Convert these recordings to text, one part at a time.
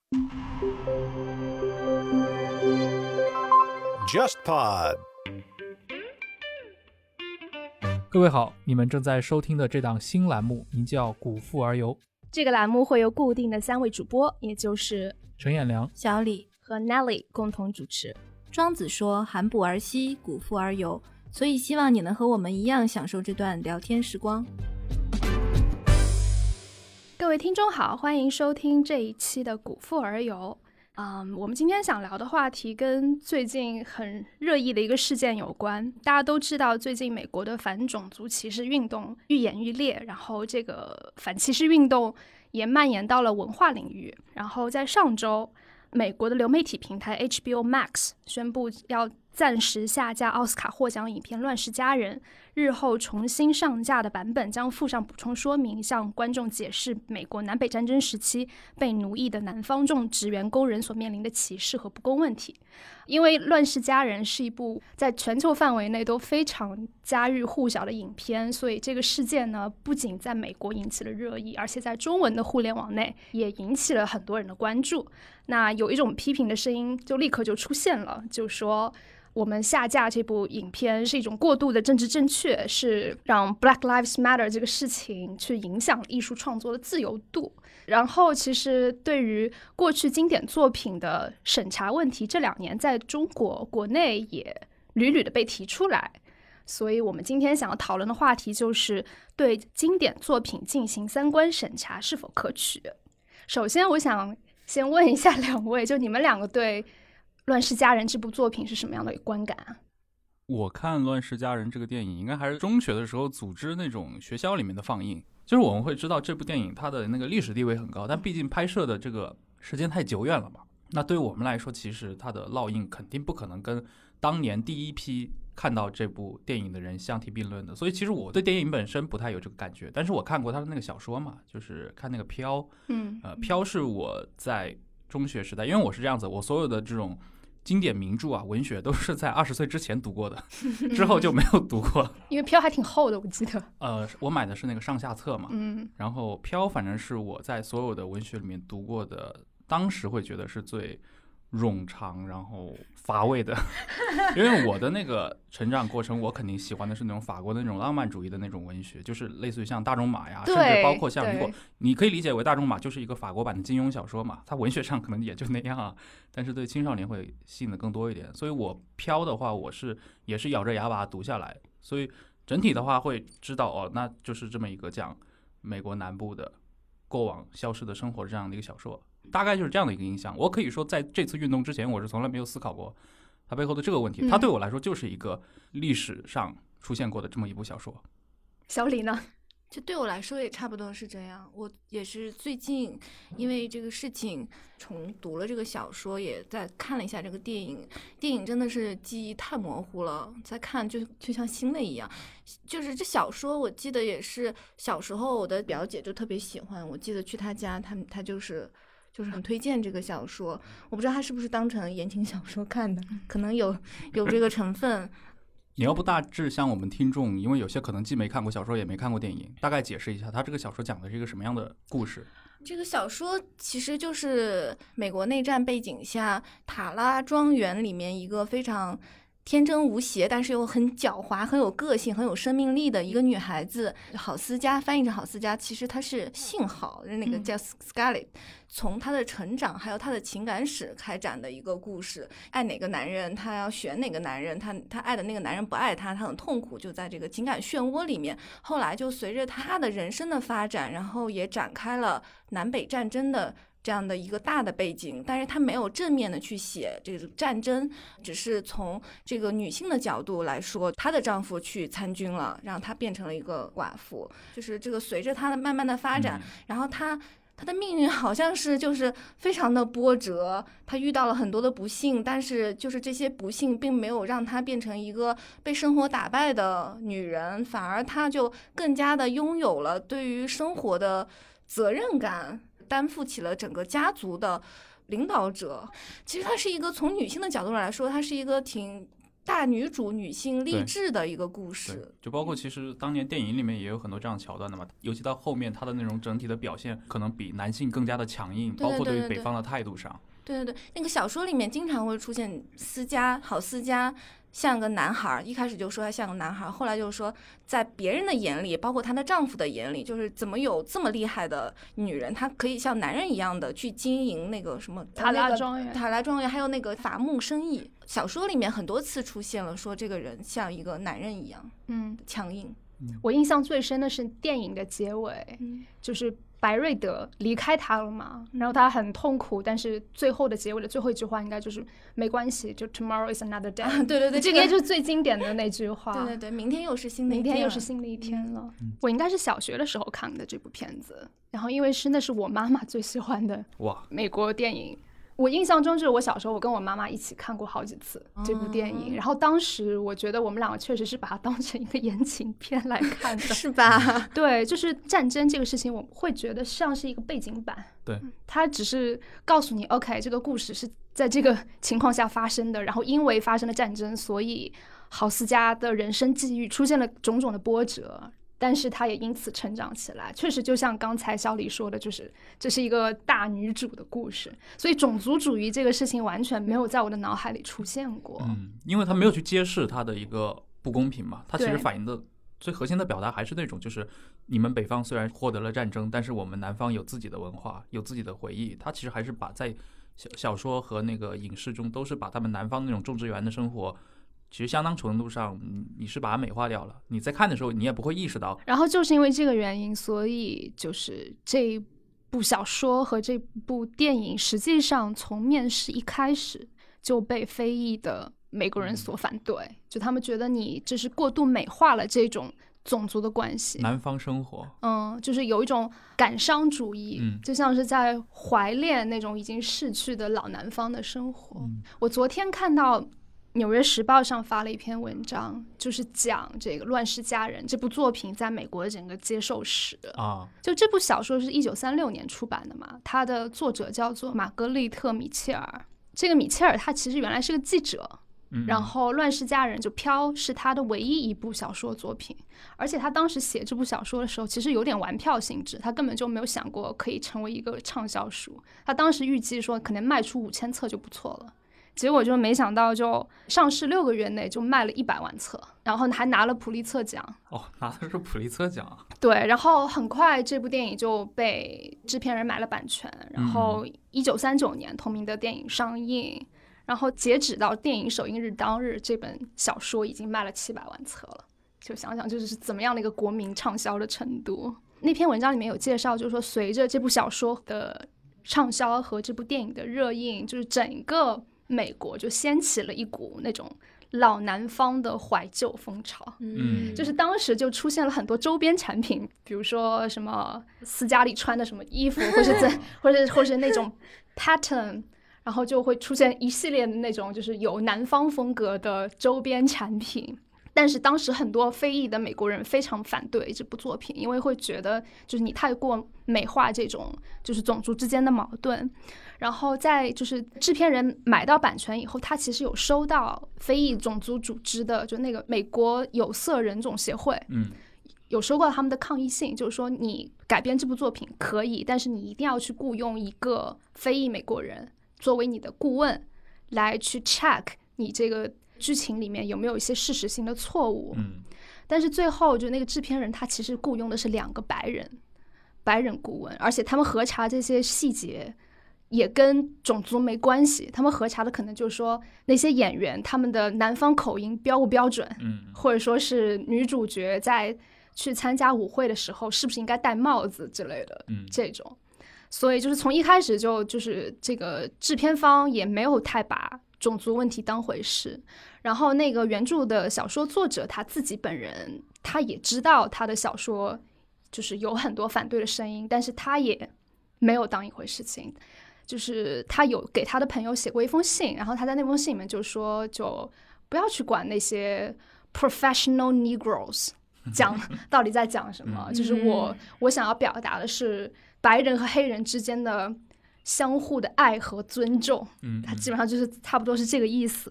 JustPod。 各位好，你们正在收听的这档新栏目名叫《古富而游》。 这个栏目会由固定的3位主播，也就是陈彦良、 小李和 Nelly 共同主持。 庄子说含哺而息，古富而游，所以希望你能和我们一样享受这段聊天时光。 各位听众好，欢迎收听这一期的古富而游。我们今天想聊的话题跟最近很热议的一个事件有关。大家都知道，最近美国的反种族歧视运动愈演愈烈，然后这个反歧视运动也蔓延到了文化领域。然后在上周，美国的流媒体平台 HBO Max 宣布要暂时下架奥斯卡获奖影片《乱世佳人》，日后重新上架的版本将附上补充说明，向观众解释美国南北战争时期被奴役的南方种植园工人所面临的歧视和不公问题。因为《乱世佳人》是一部在全球范围内都非常家喻户晓的影片，所以这个事件呢，不仅在美国引起了热议，而且在中文的互联网内也引起了很多人的关注。那有一种批评的声音就立刻就出现了，就说我们下架这部影片是一种过度的政治正确，是让 Black Lives Matter 这个事情去影响艺术创作的自由度。然后其实对于过去经典作品的审查问题，这2年在中国国内也屡屡的被提出来。所以我们今天想要讨论的话题就是对经典作品进行3观审查是否可取。首先我想先问一下2位，就你们2个对《乱世佳人》这部作品是什么样的观感啊？ 我看《乱世佳人》这个电影应该还是中学的时候组织那种学校里面的放映，就是我们会知道这部电影它的那个历史地位很高，但毕竟拍摄的这个时间太久远了嘛，那对于我们来说其实它的烙印肯定不可能跟当年第一批看到这部电影的人相提并论的，所以其实我对电影本身不太有这个感觉。但是我看过他的那个小说嘛，就是看那个飘，飘是我在中学时代，因为我是这样子，我所有的这种经典名著啊，文学都是在20岁之前读过的，之后就没有读过。 因为飘还挺厚的，我记得。 我买的是那个上下册嘛，然后飘反正是我在所有的文学里面读过的，当时会觉得是最冗长然后乏味的，因为我的那个成长过程，我肯定喜欢的是那种法国的那种浪漫主义的那种文学，就是类似于像大仲马呀，甚至包括像如果你可以理解为大仲马就是一个法国版的金庸小说嘛，它文学上可能也就那样啊，但是对青少年会吸引的更多一点。所以我飘的话，也是咬着牙把它读下来，所以整体的话会知道哦，那就是这么一个讲美国南部的过往消失的生活这样的一个小说。大概就是这样的一个印象。我可以说在这次运动之前我是从来没有思考过它背后的这个问题，它对我来说就是一个历史上出现过的这么一部小说。 小李呢？ 就对我来说也差不多是这样，我也是最近因为这个事情重读了这个小说，也在看了一下这个电影。电影真的是记忆太模糊了，再看就像新的一样。就是这小说我记得也是小时候我的表姐就特别喜欢，我记得去她家她就是很推荐这个小说，我不知道他是不是当成言情小说看的，可能有这个成分。 你要不大致向我们听众，因为有些可能既没看过小说也没看过电影，大概解释一下他这个小说讲的是一个什么样的故事？ 这个小说其实就是美国内战背景下塔拉庄园里面一个非常天真无邪但是又很狡猾很有个性很有生命力的一个女孩子，郝思嘉，翻译成郝思嘉，其实她是姓郝，那个叫 Scarlett，从她的成长还有她的情感史开展的一个故事。爱哪个男人她要选哪个男人，她爱的那个男人不爱她，她很痛苦，就在这个情感漩涡里面。后来就随着她的人生的发展，然后也展开了南北战争的这样的一个大的背景，但是他没有正面的去写这个战争，只是从这个女性的角度来说，她的丈夫去参军了，让她变成了一个寡妇。就是这个随着她的慢慢的发展，然后她的命运好像是就是非常的波折，她遇到了很多的不幸，但是就是这些不幸并没有让她变成一个被生活打败的女人，反而她就更加的拥有了对于生活的责任感，担负起了整个家族的领导者。其实它是一个从女性的角度来说，它是一个挺大女主女性励志的一个故事。 就包括其实当年电影里面也有很多这样的桥段的嘛，尤其到后面他的那种整体的表现可能比男性更加的强硬，包括对于北方的态度上。 对，那个小说里面经常会出现好思嘉像个男孩，一开始就说他像个男孩，后来就说在别人的眼里，包括她的丈夫的眼里，就是怎么有这么厉害的女人，她可以像男人一样的去经营那个什么塔拉庄园， 还有那个伐木生意。小说里面很多次出现了说这个人像一个男人一样，强硬。 我印象最深的是电影的结尾，就是白瑞德离开他了嘛，然后他很痛苦，但是最后的结尾的最后一句话应该就是没关系，就 tomorrow is another day。 对， 这个就是最经典的那句话。 对，明天又是新的一天了。我应该是小学的时候看的这部片子，然后因为那是我妈妈最喜欢的美国电影。我印象中就是我小时候我跟我妈妈一起看过好几次这部电影，然后当时我觉得我们两个确实是把它当成一个言情片来看的。 是吧？ 对，就是战争这个事情我会觉得像是一个背景板， 对， 它只是告诉你 OK 这个故事是在这个情况下发生的，然后因为发生了战争，所以豪斯嘉的人生际遇出现了种种的波折，但是她也因此成长起来。确实就像刚才小李说的，就是这是一个大女主的故事，所以种族主义这个事情完全没有在我的脑海里出现过。 因为他没有去揭示他的一个不公平嘛，他其实反映的最核心的表达还是那种，就是你们北方虽然获得了战争，但是我们南方有自己的文化，有自己的回忆。他其实还是把在小说和那个影视中都是把他们南方那种种植园的生活，其实相当程度上你是把它美化掉了，你在看的时候你也不会意识到。 然后就是因为这个原因，所以就是这部小说和这部电影实际上从面世一开始就被非裔的美国人所反对，就他们觉得你这是过度美化了这种种族的关系， 南方生活， 就是有一种感伤主义，就像是在怀恋那种已经逝去的老南方的生活。我昨天看到纽约时报上发了一篇文章，就是讲这个《乱世佳人》这部作品在美国的整个接受史啊。就这部小说是1936年出版的嘛，它的作者叫做玛格丽特·米切尔。这个米切尔他其实原来是个记者，然后《乱世佳人》就飘是他的唯一一部小说作品，而且他当时写这部小说的时候其实有点玩票性质，他根本就没有想过可以成为一个畅销书，他当时预计说可能卖出5000册就不错了，结果就没想到就上市6个月内就卖了100万册，然后还拿了普利策奖。 拿的是普利策奖啊。 对，然后很快这部电影就被制片人买了版权，然后1939年同名的电影上映，然后截止到电影首映日当日，这本小说已经卖了700万册了，就想想就是怎么样的一个国民畅销的程度。那篇文章里面有介绍，就是说随着这部小说的畅销和这部电影的热映，就是整个美国就掀起了一股那种老南方的怀旧风潮，就是当时就出现了很多周边产品，比如说什么斯嘉丽穿的什么衣服，或是那种 pattern， 然后就会出现一系列的那种就是有南方风格的周边产品。但是当时很多非裔的美国人非常反对这部作品，因为会觉得就是你太过美化这种就是种族之间的矛盾。然后在就是制片人买到版权以后，他其实有收到非裔种族组织的就那个美国有色人种协会，有收过他们的抗议信，就是说你改编这部作品可以，但是你一定要去雇佣一个非裔美国人作为你的顾问来去 check 你这个剧情里面有没有一些事实性的错误。但是最后就那个制片人他其实雇佣的是2个白人顾问，而且他们核查这些细节也跟种族没关系，他们核查的可能就是说那些演员他们的南方口音标不标准，或者说是女主角在去参加舞会的时候是不是应该戴帽子之类的这种。所以就是从一开始就是这个制片方也没有太把种族问题当回事，然后那个原著的小说作者他自己本人他也知道他的小说就是有很多反对的声音，但是他也没有当一回事情。就是他有给他的朋友写过一封信，然后他在那封信里面就说就不要去管那些 professional Negroes 讲到底在讲什么，就是我想要表达的是白人和黑人之间的相互的爱和尊重，他基本上就是差不多是这个意思。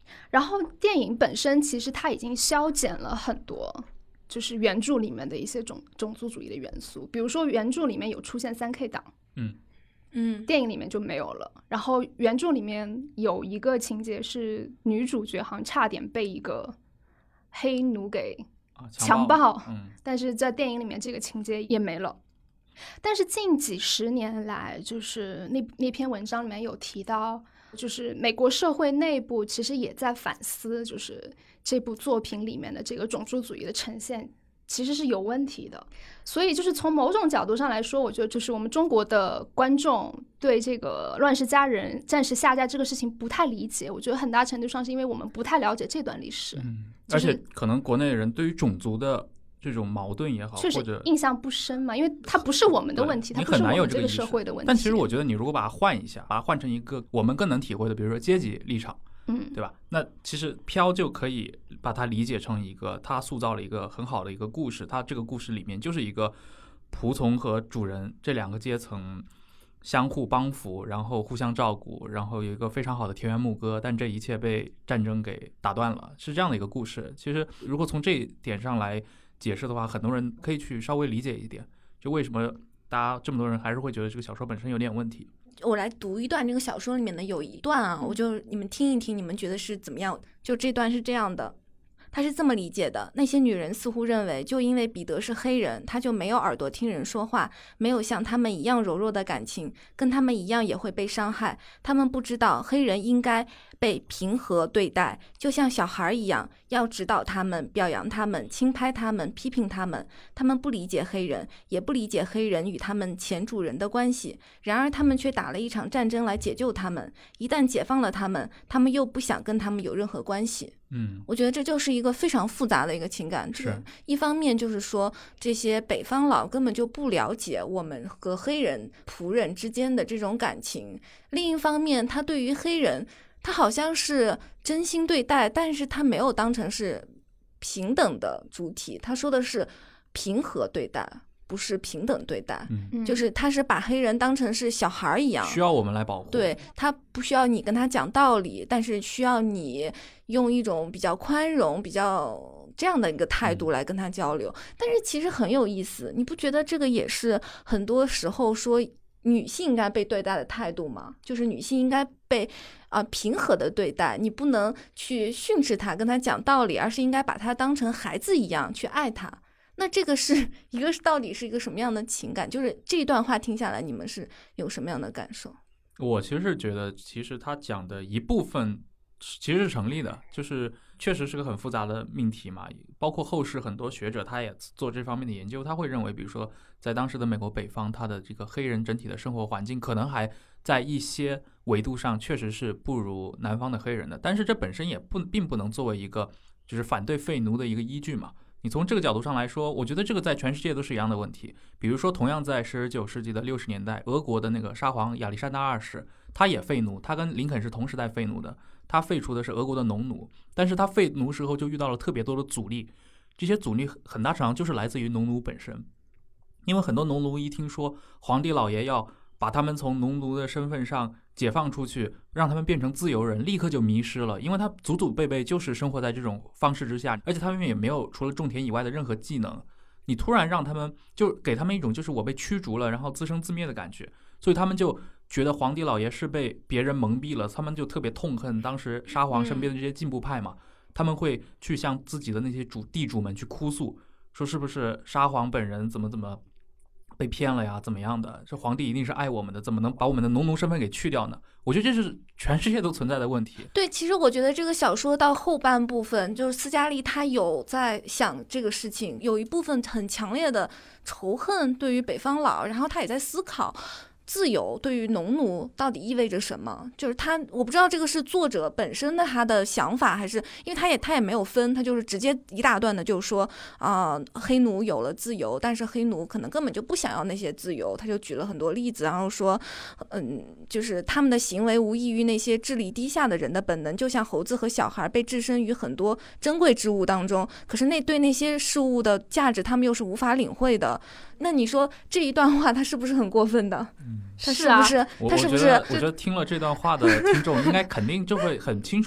然后电影本身其实它已经削减了很多，就是原著里面的一些种族主义的元素，比如说原著里面有出现3K 党，电影里面就没有了。然后原著里面有一个情节是女主角好像差点被一个黑奴给强暴，但是在电影里面这个情节也没了。但是近几十年来，就是那篇文章里面有提到，就是美国社会内部其实也在反思，就是这部作品里面的这个种族主义的呈现其实是有问题的。所以就是从某种角度上来说，我觉得就是我们中国的观众对这个乱世佳人暂时下嫁这个事情不太理解，我觉得很大程度上是因为我们不太了解这段历史， 而且可能国内人对于种族的这种矛盾也好， 确实或者印象不深嘛，因为它不是我们的问题，它不是我们这个社会的问题。 但其实我觉得你如果把它换一下，把它换成一个我们更能体会的，比如说阶级立场，对吧？那其实飘就可以把它理解成一个，它塑造了一个很好的一个故事，它这个故事里面就是一个仆从和主人这两个阶层相互帮扶，然后互相照顾，然后有一个非常好的田园牧歌，但这一切被战争给打断了，是这样的一个故事。其实如果从这一点上来解释的话，很多人可以去稍微理解一点，就为什么大家这么多人还是会觉得这个小说本身有点问题。 我来读一段这个小说里面的有一段啊，我就你们听一听，你们觉得是怎么样？就这段是这样的，他是这么理解的：那些女人似乎认为，就因为彼得是黑人，他就没有耳朵听人说话，没有像他们一样柔弱的感情，跟他们一样也会被伤害。他们不知道黑人应该被平和对待，就像小孩一样，要指导他们，表扬他们，轻拍他们，批评他们。他们不理解黑人，也不理解黑人与他们前主人的关系，然而他们却打了一场战争来解救他们。一旦解放了他们，他们又不想跟他们有任何关系。我觉得这就是一个非常复杂的一个情感。 是一方面就是说，这些北方佬根本就不了解我们和黑人仆人之间的这种感情；另一方面，他对于黑人，他好像是真心对待，但是他没有当成是平等的主体，他说的是平和对待，不是平等对待。就是他是把黑人当成是小孩一样， 需要我们来保护。 对，他不需要你跟他讲道理，但是需要你用一种比较宽容、比较这样的一个态度来跟他交流。但是其实很有意思，你不觉得这个也是很多时候说女性应该被对待的态度吗？就是女性应该被平和的对待，你不能去训斥她，跟她讲道理，而是应该把她当成孩子一样去爱她。那这个是一个到底是一个什么样的情感？就是这一段话听下来，你们是有什么样的感受？ 我其实是觉得，其实他讲的一部分其实是成立的，就是确实是个很复杂的命题嘛。包括后世很多学者他也做这方面的研究，他会认为，比如说在当时的美国北方，他的这个黑人整体的生活环境可能还在一些维度上确实是不如南方的黑人的，但是这本身也并不能作为一个就是反对废奴的一个依据嘛。你从这个角度上来说，我觉得这个在全世界都是一样的问题。比如说同样在19世纪的60年代，俄国的那个沙皇亚历山大2世，他也废奴，他跟林肯是同时代废奴的，他废除的是俄国的农奴，但是他废奴时候就遇到了特别多的阻力，这些阻力很大程度上就是来自于农奴本身。因为很多农奴一听说皇帝老爷要把他们从农奴的身份上解放出去，让他们变成自由人，立刻就迷失了，因为他祖祖辈辈就是生活在这种方式之下，而且他们也没有除了种田以外的任何技能，你突然让他们就给他们一种就是我被驱逐了，然后自生自灭的感觉，所以他们就觉得皇帝老爷是被别人蒙蔽了，他们就特别痛恨当时沙皇身边的这些进步派嘛，他们会去向自己的那些地主们去哭诉，说是不是沙皇本人怎么被骗了呀，怎么样的？这皇帝一定是爱我们的，怎么能把我们的农奴身份给去掉呢？我觉得这是全世界都存在的问题。 对，其实我觉得这个小说到后半部分，就是斯嘉丽他有在想这个事情，有一部分很强烈的仇恨对于北方佬，然后他也在思考自由对于农奴到底意味着什么？就是我不知道这个是作者本身的他的想法，还是因为他也没有分，他就是直接一大段的就说黑奴有了自由，但是黑奴可能根本就不想要那些自由，他就举了很多例子，然后说就是他们的行为无异于那些智力低下的人的本能，就像猴子和小孩被置身于很多珍贵之物当中，可是对那些事物的价值他们又是无法领会的。那你说这一段话他是不是很过分的？他是不是？他是不是？ 我觉得听了这段话的听众应该肯定就会很清楚，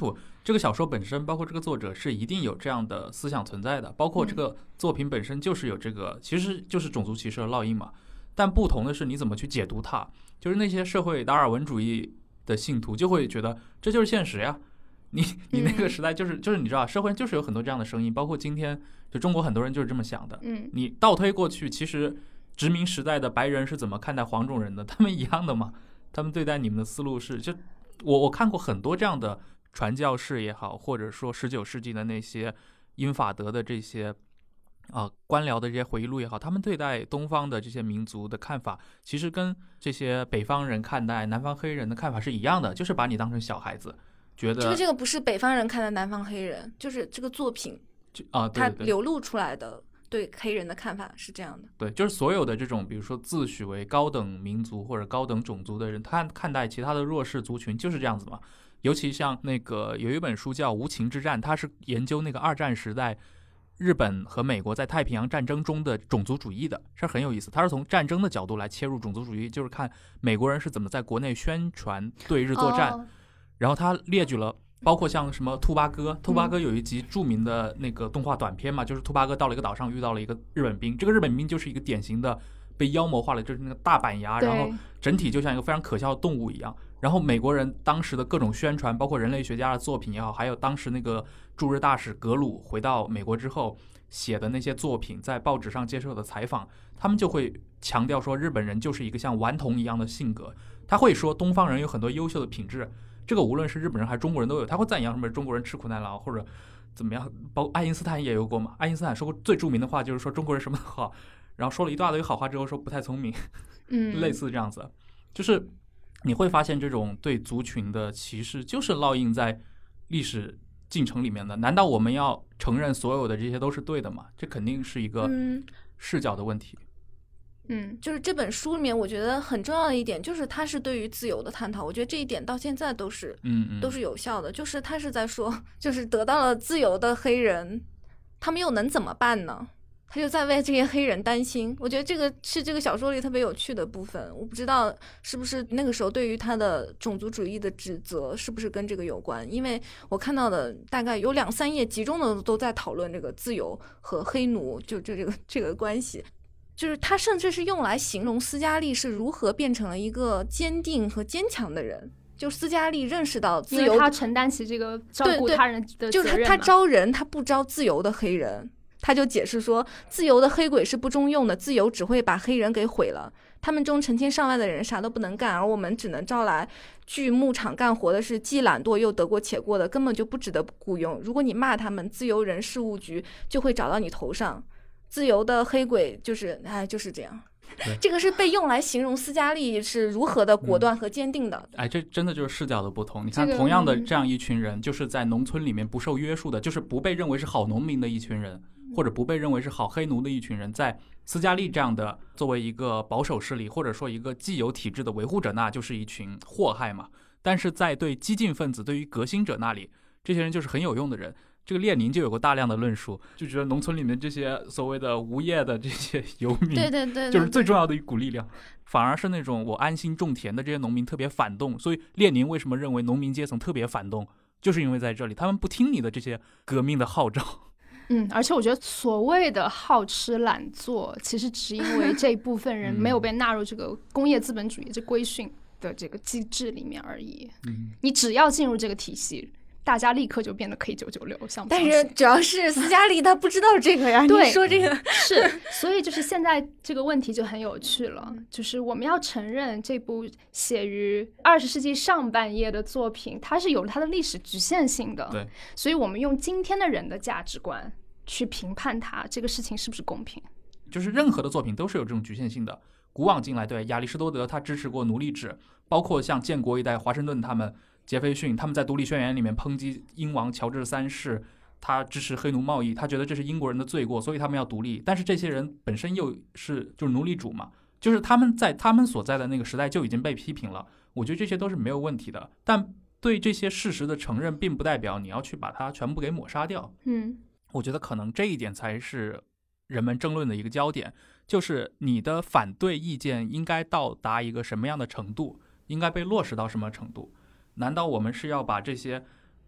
这个小说本身，包括这个作者是一定有这样的思想存在的，包括这个作品本身就是有这个，其实就是种族歧视的烙印嘛。但不同的是你怎么去解读它，就是那些社会达尔文主义的信徒就会觉得这就是现实呀。你那个时代就是你知道，社会就是有很多这样的声音，包括今天就中国很多人就是这么想的。你倒推过去，其实殖民时代的白人是怎么看待黄种人的？他们一样的嘛，他们对待你们的思路是，就我看过很多这样的传教士也好，或者说19世纪的那些英法德的这些官僚的这些回忆录也好，他们对待东方的这些民族的看法，其实跟这些北方人看待南方黑人的看法是一样的，就是把你当成小孩子。觉得这个不是北方人看的南方黑人，就是这个作品它流露出来的对黑人的看法是这样的。 对，就是所有的这种比如说自诩为高等民族或者高等种族的人，他看待其他的弱势族群就是这样子嘛。尤其像那个有一本书叫《无情之战》，它是研究那个2战时代日本和美国在太平洋战争中的种族主义的，是很有意思。它是从战争的角度来切入种族主义，就是看美国人是怎么在国内宣传对日作战。然后他列举了包括像什么兔八哥有一集著名的那个动画短片嘛，就是兔八哥到了一个岛上遇到了一个日本兵，这个日本兵就是一个典型的被妖魔化了，就是那个大板牙，然后整体就像一个非常可笑的动物一样。然后美国人当时的各种宣传，包括人类学家的作品也好，还有当时那个驻日大使格鲁回到美国之后写的那些作品，在报纸上接受的采访，他们就会强调说日本人就是一个像顽童一样的性格。他会说东方人有很多优秀的品质，这个无论是日本人还是中国人都有。他会赞扬什么中国人吃苦耐劳或者怎么样，包括爱因斯坦也有过嘛。爱因斯坦说过最著名的话就是说中国人什么都好，然后说了一大堆好话之后说不太聪明，类似这样子。就是你会发现这种对族群的歧视就是烙印在历史进程里面的。难道我们要承认所有的这些都是对的吗？这肯定是一个视角的问题。 就是这本书里面我觉得很重要的一点就是它是对于自由的探讨，我觉得这一点到现在都是有效的。就是他是在说，就是得到了自由的黑人他们又能怎么办呢？他就在为这些黑人担心。我觉得这个是这个小说里特别有趣的部分。我不知道是不是那个时候对于他的种族主义的指责是不是跟这个有关，因为我看到的大概有2-3页集中的都在讨论这个自由和黑奴就这个关系。就是他甚至是用来形容斯嘉丽是如何变成了一个坚定和坚强的人。就斯嘉丽认识到自由， 因为他承担起这个照顾他人的责任， 就是他招人，他不招自由的黑人。他就解释说，自由的黑鬼是不中用的，自由只会把黑人给毁了。他们中成千上万的人啥都不能干，而我们只能招来去牧场干活的是既懒惰又得过且过的，根本就不值得雇佣。如果你骂他们，自由人事务局就会找到你头上。自由的黑鬼就是这样。这个是被用来形容斯嘉丽是如何的果断和坚定的。 这真的就是视角的不同。你看，同样的这样一群人，就是在农村里面不受约束的，就是不被认为是好农民的一群人，或者不被认为是好黑奴的一群人，在斯嘉丽这样的作为一个保守势力，或者说一个既有体制的维护者，那就是一群祸害嘛。但是在对激进分子、对于革新者那里，这些人就是很有用的人。这个列宁就有过大量的论述，就觉得农村里面这些所谓的无业的这些游民， 对， 就是最重要的一股力量。反而是那种我安心种田的这些农民特别反动。所以列宁为什么认为农民阶层特别反动，就是因为在这里他们不听你的这些革命的号召。 而且我觉得所谓的好吃懒做，其实只因为这一部分人没有被纳入这个工业资本主义这规训的这个机制里面而已。你只要进入这个体系，大家立刻就变得可以996， 但是主要是斯嘉丽他不知道这个呀。 对， 你说这个是，所以就是现在这个问题就很有趣了，就是我们要承认这部写于20世纪上半叶的作品，它是有它的历史局限性的。 对， 所以我们用今天的人的价值观去评判它这个事情是不是公平。 就是任何的作品都是有这种局限性的。古往今来，对亚里士多德他支持过奴隶制，包括像建国一代华盛顿他们。杰斐逊他们在独立宣言里面抨击英王乔治3世，他支持黑奴贸易，他觉得这是英国人的罪过，所以他们要独立。但是这些人本身又是就是奴隶主嘛，就是他们在他们所在的那个时代就已经被批评了。我觉得这些都是没有问题的，但对这些事实的承认并不代表你要去把它全部给抹杀掉。我觉得可能这一点才是人们争论的一个焦点，就是你的反对意见应该到达一个什么样的程度，应该被落实到什么程度。难道我们是要把这些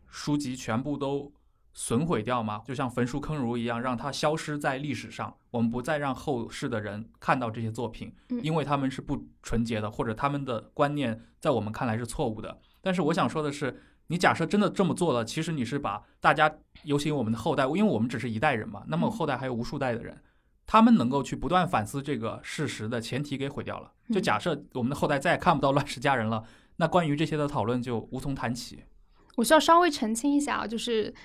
书籍全部都损毁掉吗？就像焚书坑儒一样，让它消失在历史上，我们不再让后世的人看到这些作品，因为他们是不纯洁的，或者他们的观念在我们看来是错误的。但是我想说的是，你假设真的这么做了，其实你是把大家，尤其我们的后代，因为我们只是一代人嘛，那么后代还有无数代的人，他们能够去不断反思这个事实的前提给毁掉了。就假设我们的后代再也看不到乱世佳人了，那关于这些的讨论就无从谈起。 我需要稍微澄清一下啊，就是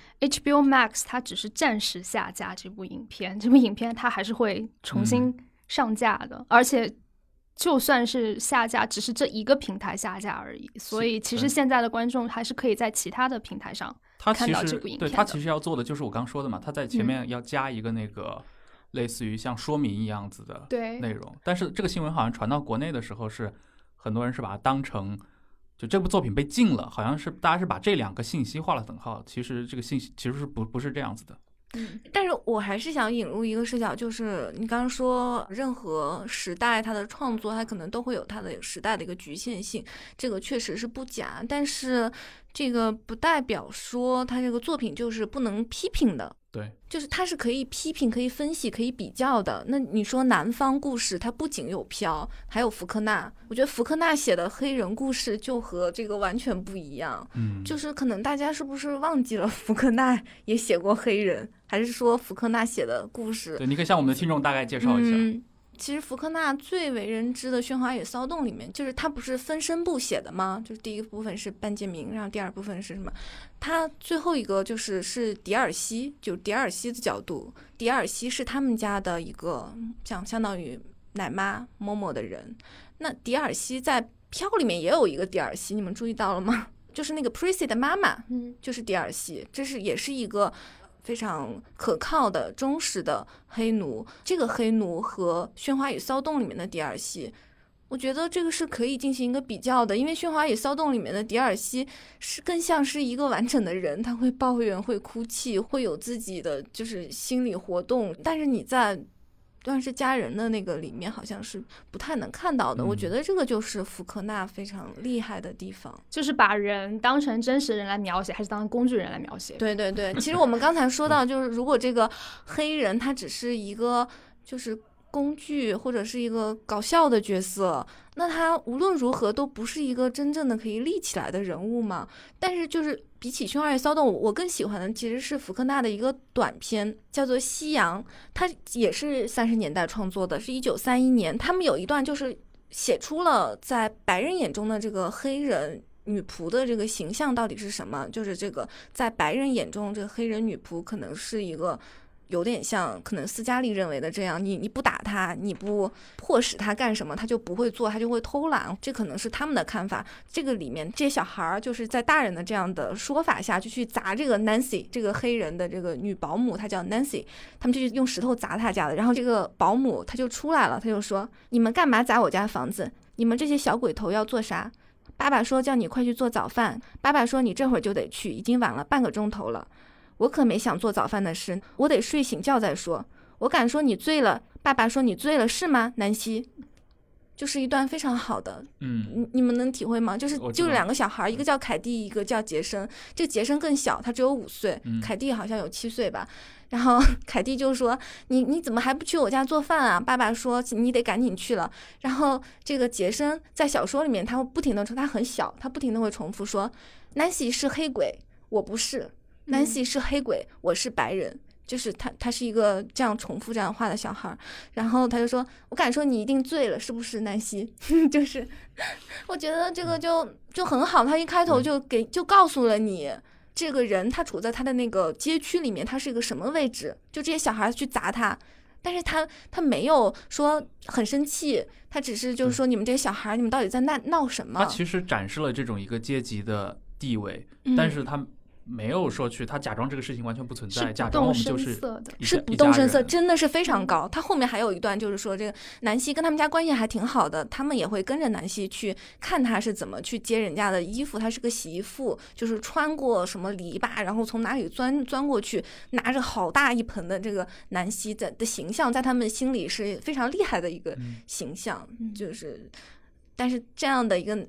HBO Max 它只是暂时下架这部影片，这部影片它还是会重新上架的，而且就算是下架，只是这一个平台下架而已，所以其实现在的观众还是可以在其他的平台上看到这部影片的。 对，他其实要做的就是我刚说的嘛，他在前面要加一个那个类似于像说明一样子的内容。但是这个新闻好像传到国内的时候，是很多人是把它当成就这部作品被禁了，好像是大家是把这两个信息画了等号。其实这个信息其实是不是这样子的。 但是我还是想引入一个视角，就是你刚刚说任何时代它的创作它可能都会有它的时代的一个局限性，这个确实是不假，但是这个不代表说它这个作品就是不能批评的。 对， 就是它是可以批评、可以分析、可以比较的。那你说南方故事，它不仅有飘，还有福克纳。我觉得福克纳写的黑人故事就和这个完全不一样。就是可能大家是不是忘记了福克纳也写过黑人，还是说福克纳写的故事？ 对，你可以向我们的听众大概介绍一下。 其实福克纳最为人知的《喧哗与骚动》里面，就是他不是分身部写的吗？就是第一个部分是班杰明，然后第二部分是什么？他最后一个是迪尔西，就是迪尔西的角度。迪尔西是他们家的一个相当于奶妈嬷嬷的人。那迪尔西在飘里面也有一个迪尔西，你们注意到了吗？就是那个 Prissy 的妈妈，就是迪尔西，也是一个非常可靠的忠实的黑奴。这个黑奴和《喧哗与骚动》里面的迪尔西，我觉得这个是可以进行一个比较的，因为《喧哗与骚动》里面的迪尔西是更像是一个完整的人，他会抱怨，会哭泣，会有自己的就是心理活动，但是你在乱世佳人的那个里面好像是不太能看到的。我觉得这个就是福克纳非常厉害的地方， 就是把人当成真实人来描写，还是当工具人来描写。 对对对，其实我们刚才说到，就是如果这个黑人他只是一个就是工具或者是一个搞笑的角色，那他无论如何都不是一个真正的可以立起来的人物嘛。但是就是比起《喧哗与骚动》，我更喜欢的其实是福克纳的一个短片，叫做《夕阳》，它也是30年代创作的，是1931年。他们有一段就是写出了在白人眼中的这个黑人女仆的这个形象到底是什么，就是这个在白人眼中这个黑人女仆可能是一个有点像可能斯嘉丽认为的这样，你不打他，你不迫使他干什么，他就不会做，他就会偷懒，这可能是他们的看法。这个里面这些小孩就是在大人的这样的说法下，就去砸这个 Nancy 这个黑人的这个女保姆，她叫 Nancy， 他们就用石头砸她家的。然后这个保姆她就出来了，她就说：“你们干嘛砸我家房子？你们这些小鬼头要做啥？爸爸说叫你快去做早饭，爸爸说你这会儿就得去，已经晚了半个钟头了。我可没想做早饭的事，我得睡醒觉再说。我敢说你醉了，爸爸说你醉了是吗，南希？”就是一段非常好的，你们能体会吗？就是两个小孩，一个叫凯蒂，一个叫杰森。这个杰森更小，他只有5岁，凯蒂好像有7岁吧。然后凯蒂就说：“你怎么还不去我家做饭啊？”爸爸说：“你得赶紧去了。”然后这个杰森在小说里面，他会不停的说，他很小，他不停的会重复说：“Nancy 是黑鬼，我不是。Nancy 是黑鬼，我是白人。”就是他是一个这样重复这样话的小孩，然后他就说：“我敢说你一定醉了，是不是，南希？”就是我觉得这个就很好，他一开头就告诉了你这个人他处在他的那个街区里面，他是一个什么位置，就这些小孩去砸他，但是他没有说很生气，他只是就是说你们这些小孩，你们到底在闹什么？ 他其实展示了这种一个阶级的地位，但是他没有说他假装这个事情完全不存在，假装我们就是不动声色，真的是非常高。他后面还有一段就是说，这个南希跟他们家关系还挺好的，他们也会跟着南希去看他是怎么去接人家的衣服。他是个洗衣服，就是穿过什么篱笆，然后从哪里钻过去，拿着好大一盆的这个南希的形象，在他们心里是非常厉害的一个形象。就是，但是这样的一个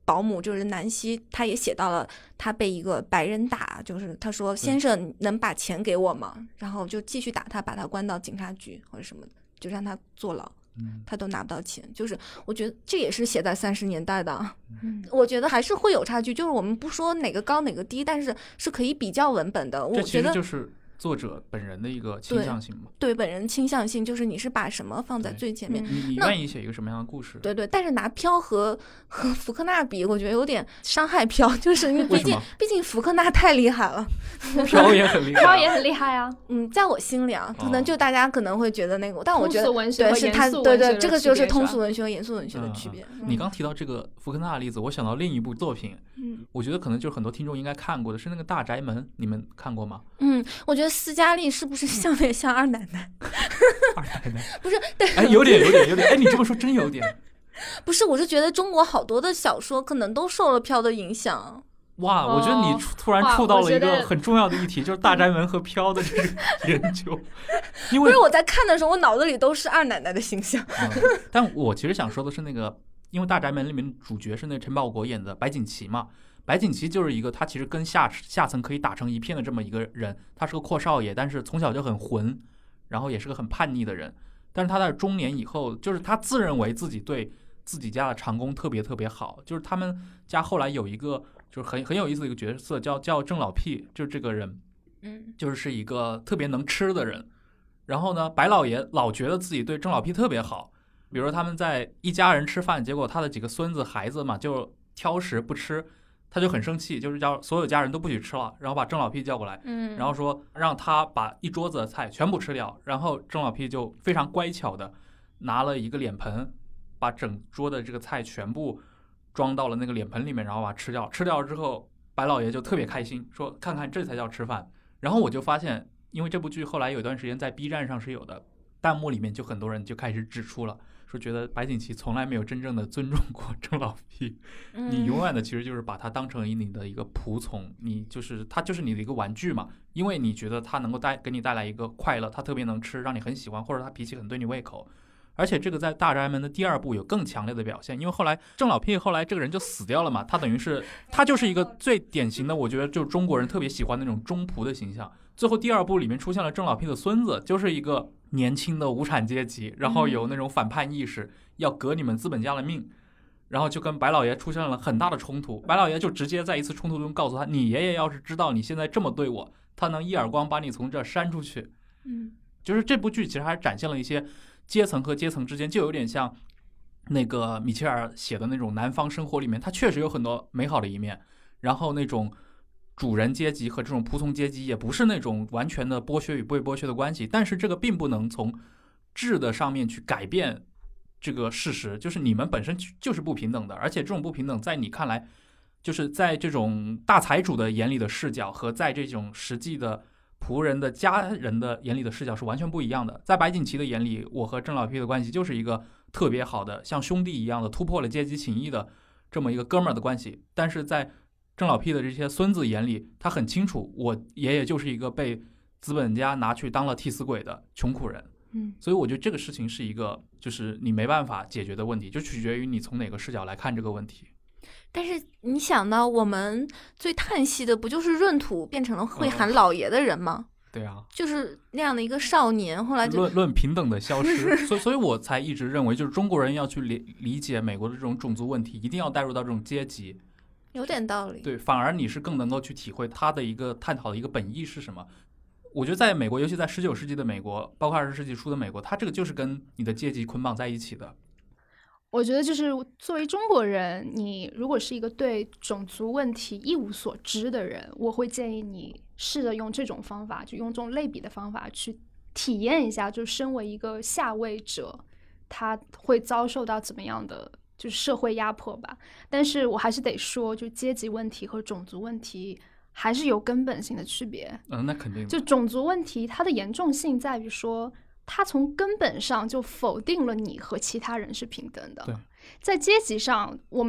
保姆就是南希，他也写到了他被一个白人打，就是他说先生能把钱给我吗？然后就继续打他，把他关到警察局或者什么的，就让他坐牢。他都拿不到钱，就是我觉得这也是写在30年代的。我觉得还是会有差距，就是我们不说哪个高哪个低，但是是可以比较文本的。我觉得这其实就是作者本人的一个倾向性嘛。 对本人倾向性，就是你是把什么放在最前面， 你愿意写一个什么样的故事？ 对，但是拿飘和福克纳比，我觉得有点伤害飘，就是因为毕竟福克纳太厉害了， 飘也很厉害， 飘也很厉害啊。 在我心里啊，可能就大家可能会觉得那个，但我觉得通俗文学和对是他，对，这个就是通俗文学和严肃文学的区别。 你刚提到这个福克纳的例子，我想到另一部作品，我觉得可能就是很多听众应该看过的，是那个《大宅门》，你们看过吗？ 我觉得斯嘉丽是不是像点像二奶奶？ 二奶奶不是， 哎，有点，哎，你这么说真有点。 不是，我是觉得中国好多的小说可能都受了飘的影响。 哇，我觉得你突然触到了一个很重要的议题，就是大宅门和飘的这个研究。因为不是我在看的时候，我脑子里都是二奶奶的形象。 但我其实想说的是那个，因为大宅门里面的主角是那陈宝国演的白景琦嘛。白景琦就是一个他其实跟下层可以打成一片的这么一个人，他是个阔少爷，但是从小就很混，然后也是个很叛逆的人。但是他在中年以后，就是他自认为自己对自己家的长工特别特别好，就是他们家后来有一个就是很有意思的一个角色叫郑老屁，就是这个人，就是一个特别能吃的人。然后呢，白老爷老觉得自己对郑老屁特别好，比如说他们在一家人吃饭，结果他的几个孙子孩子嘛就挑食不吃。他就很生气，就是叫所有家人都不许吃了，然后把郑老屁叫过来，然后说让他把一桌子的菜全部吃掉，然后郑老屁就非常乖巧的拿了一个脸盆，把整桌的这个菜全部装到了那个脸盆里面，然后把它吃掉。吃掉之后，白老爷就特别开心，说看看这才叫吃饭。然后我就发现，因为这部剧后来有一段时间在 B 站上是有的，弹幕里面就很多人就开始指出了。说觉得白景琦从来没有真正的尊重过郑老屁，你永远的其实就是把他当成你的一个仆从，你就是他就是你的一个玩具嘛，因为你觉得他能够给你带来一个快乐，他特别能吃，让你很喜欢，或者他脾气很对你胃口。而且这个在大宅门的第2部有更强烈的表现，因为后来郑老屁后来这个人就死掉了嘛，他等于是他就是一个最典型的，我觉得就是中国人特别喜欢那种忠仆的形象。最后第2部里面出现了郑老屁的孙子，就是一个年轻的无产阶级，然后有那种反叛意识，要革你们资本家的命，然后就跟白老爷出现了很大的冲突。白老爷就直接在一次冲突中告诉他，你爷爷要是知道你现在这么对我，他能一耳光把你从这扇出去。就是这部剧其实还展现了一些阶层和阶层之间，就有点像那个米切尔写的那种南方生活里面，它确实有很多美好的一面，然后那种主人阶级和这种仆从阶级也不是那种完全的剥削与被剥削的关系，但是这个并不能从质的上面去改变这个事实，就是你们本身就是不平等的，而且这种不平等在你看来，就是在这种大财主的眼里的视角和在这种实际的仆人的家人的眼里的视角是完全不一样的。在白景琦的眼里，我和郑老屁的关系就是一个特别好的像兄弟一样的突破了阶级情谊的这么一个哥们儿的关系，但是在郑老屁的这些孙子眼里，他很清楚我爷爷就是一个被资本家拿去当了替死鬼的穷苦人。所以我觉得这个事情是一个就是你没办法解决的问题，就取决于你从哪个视角来看这个问题。 但是你想到我们最叹息的不就是闰土变成了会喊老爷的人吗？ 对啊， 就是那样的一个少年，后来就论平等的消失。所以我才一直认为，就是中国人要去理解美国的这种种族问题，一定要带入到这种阶级。 有点道理。 对，反而你是更能够去体会他的一个探讨的一个本意是什么。我觉得在美国，尤其在19世纪的美国，包括20世纪初的美国，它这个就是跟你的阶级捆绑在一起的。 我觉得就是作为中国人，你如果是一个对种族问题一无所知的人，我会建议你试着用这种方法，就用这种类比的方法去体验一下，就身为一个下位者，他会遭受到怎么样的就是社会压迫吧。但是我还是得说，就阶级问题和种族问题还是有根本性的区别。 那肯定的。 就种族问题，它的严重性在于说，它从根本上就否定了你和其他人是平等的。 对， 在阶级上，我们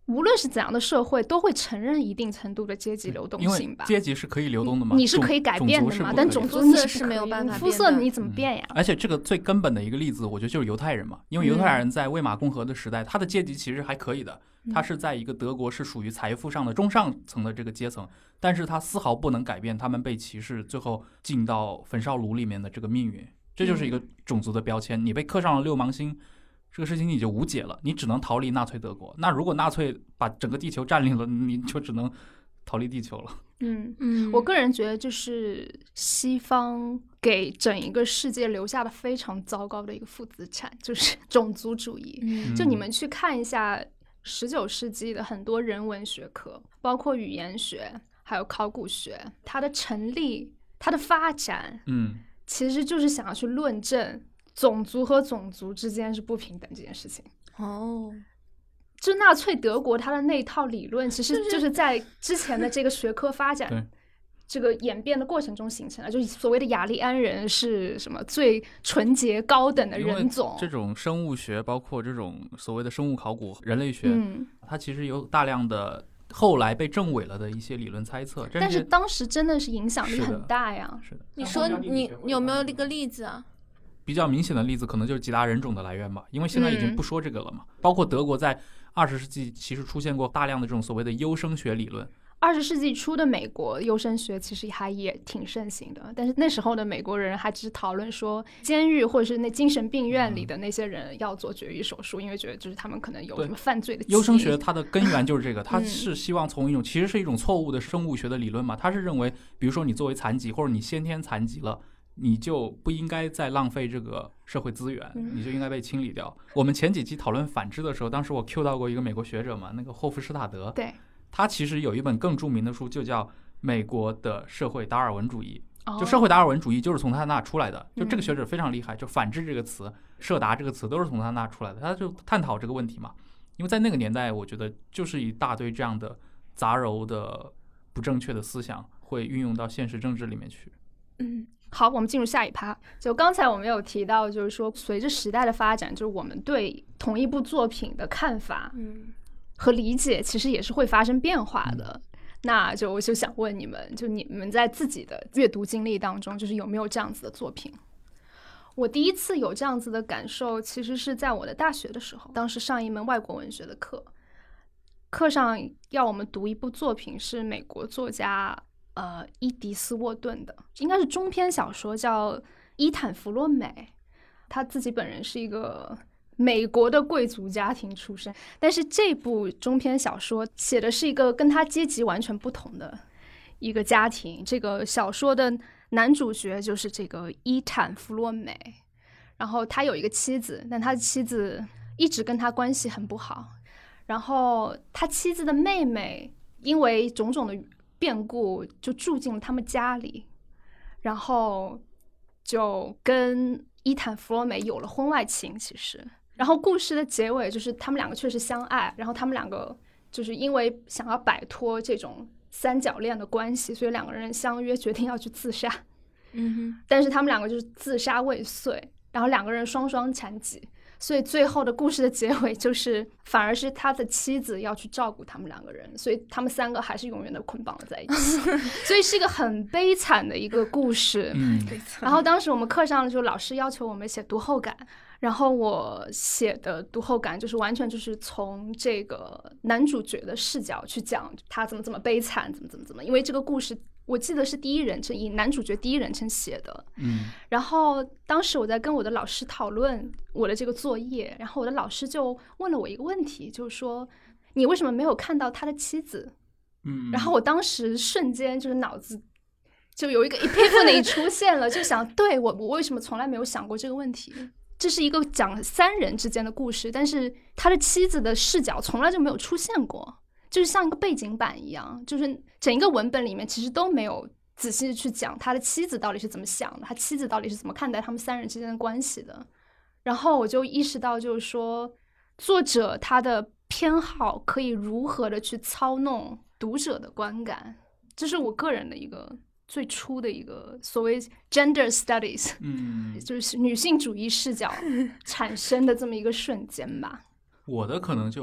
无论是怎样的社会，都会承认一定程度的阶级流动性吧？ 因为阶级是可以流动的嘛， 你是可以改变的嘛？但种族你是没有办法变的， 肤色你怎么变呀？ 而且这个最根本的一个例子，我觉得就是犹太人嘛，因为犹太人在魏玛共和的时代，他的阶级其实还可以的，他是在一个德国是属于财富上的中上层的这个阶层，但是他丝毫不能改变他们被歧视，最后进到焚烧炉里面的这个命运。这就是一个种族的标签，你被刻上了六芒星。这个事情你就无解了，你只能逃离纳粹德国。那如果纳粹把整个地球占领了，你就只能逃离地球了。 我个人觉得就是西方给整一个世界留下的非常糟糕的一个负资产，就是种族主义。就你们去看一下19世纪的很多人文学科，包括语言学还有考古学，它的成立它的发展其实就是想要去论证种族和种族之间是不平等这件事情。就纳粹德国它的那套理论其实就是在之前的这个学科发展这个演变的过程中形成的，就是所谓的雅利安人是什么最纯洁高等的人种。 这种生物学包括这种所谓的生物考古人类学，它其实有大量的后来被证伪了的一些理论猜测， 但是当时真的是影响力很大呀。 是的， 你说你有没有那个例子啊？ 比较明显的例子可能就是几大人种的来源吧，因为现在已经不说这个了嘛。包括德国在20世纪其实出现过大量的这种所谓的优生学理论。 20世纪初的美国优生学其实也挺盛行的，但是那时候的美国人还只是讨论说监狱或者是那精神病院里的那些人要做绝育手术，因为觉得就是他们可能有什么犯罪的。 优生学它的根源就是这个，它是希望从一种其实是一种错误的生物学的理论嘛，它是认为比如说你作为残疾或者你先天残疾了，你就不应该再浪费这个社会资源，你就应该被清理掉。我们前几期讨论反制的时候，当时我 Q 到过一个美国学者嘛，那个霍夫施塔德， 对， 他其实有一本更著名的书，就叫《美国的社会达尔文主义》。就社会达尔文主义就是从他那出来的，就这个学者非常厉害，就反制这个词、社达这个词都是从他那出来的。他就探讨这个问题嘛，因为在那个年代，我觉得就是一大堆这样的杂糅的不正确的思想会运用到现实政治里面去。 好，我们进入下一趴。就刚才我们有提到，就是说随着时代的发展，就是我们对同一部作品的看法和理解其实也是会发生变化的。那我就想问你们，就你们在自己的阅读经历当中，就是有没有这样子的作品？我第一次有这样子的感受，其实是在我的大学的时候，当时上一门外国文学的课，课上要我们读一部作品，是美国作家伊迪丝·沃顿的，应该是中篇小说，叫伊坦·弗洛美。他自己本人是一个美国的贵族家庭出身，但是这部中篇小说写的是一个跟他阶级完全不同的一个家庭。这个小说的男主角就是这个伊坦·弗洛美，然后他有一个妻子，但他的妻子一直跟他关系很不好，然后他妻子的妹妹因为种种的变故就住进了他们家里，然后就跟伊坦·弗洛美有了婚外情。其实然后故事的结尾就是他们两个确实相爱，然后他们两个就是因为想要摆脱这种三角恋的关系，所以两个人相约决定要去自杀。但是他们两个就是自杀未遂，然后两个人双双残疾，所以最后的故事的结尾就是反而是他的妻子要去照顾他们两个人，所以他们三个还是永远的捆绑了在一起。所以是一个很悲惨的一个故事。然后当时我们课上就老师要求我们写读后感，然后我写的读后感就是完全就是从这个男主角的视角去讲他怎么悲惨，怎么，因为这个故事我记得是第一人称，以男主角第一人称写的。然后当时我在跟我的老师讨论我的这个作业，然后我的老师就问了我一个问题，就是说你为什么没有看到他的妻子？然后我当时瞬间就是脑子就有一个 epiphany 出现了，就想对我为什么从来没有想过这个问题？这是一个讲三人之间的故事，但是他的妻子的视角从来就没有出现过，就是像一个背景板一样，就是整一个文本里面其实都没有仔细去讲他的妻子到底是怎么想的，他妻子到底是怎么看待他们三人之间的关系的。然后我就意识到，就是说作者他的偏好可以如何的去操弄读者的观感，这是我个人的一个最初的一个所谓 gender studies，就是女性主义视角产生的这么一个瞬间吧。 我的可能就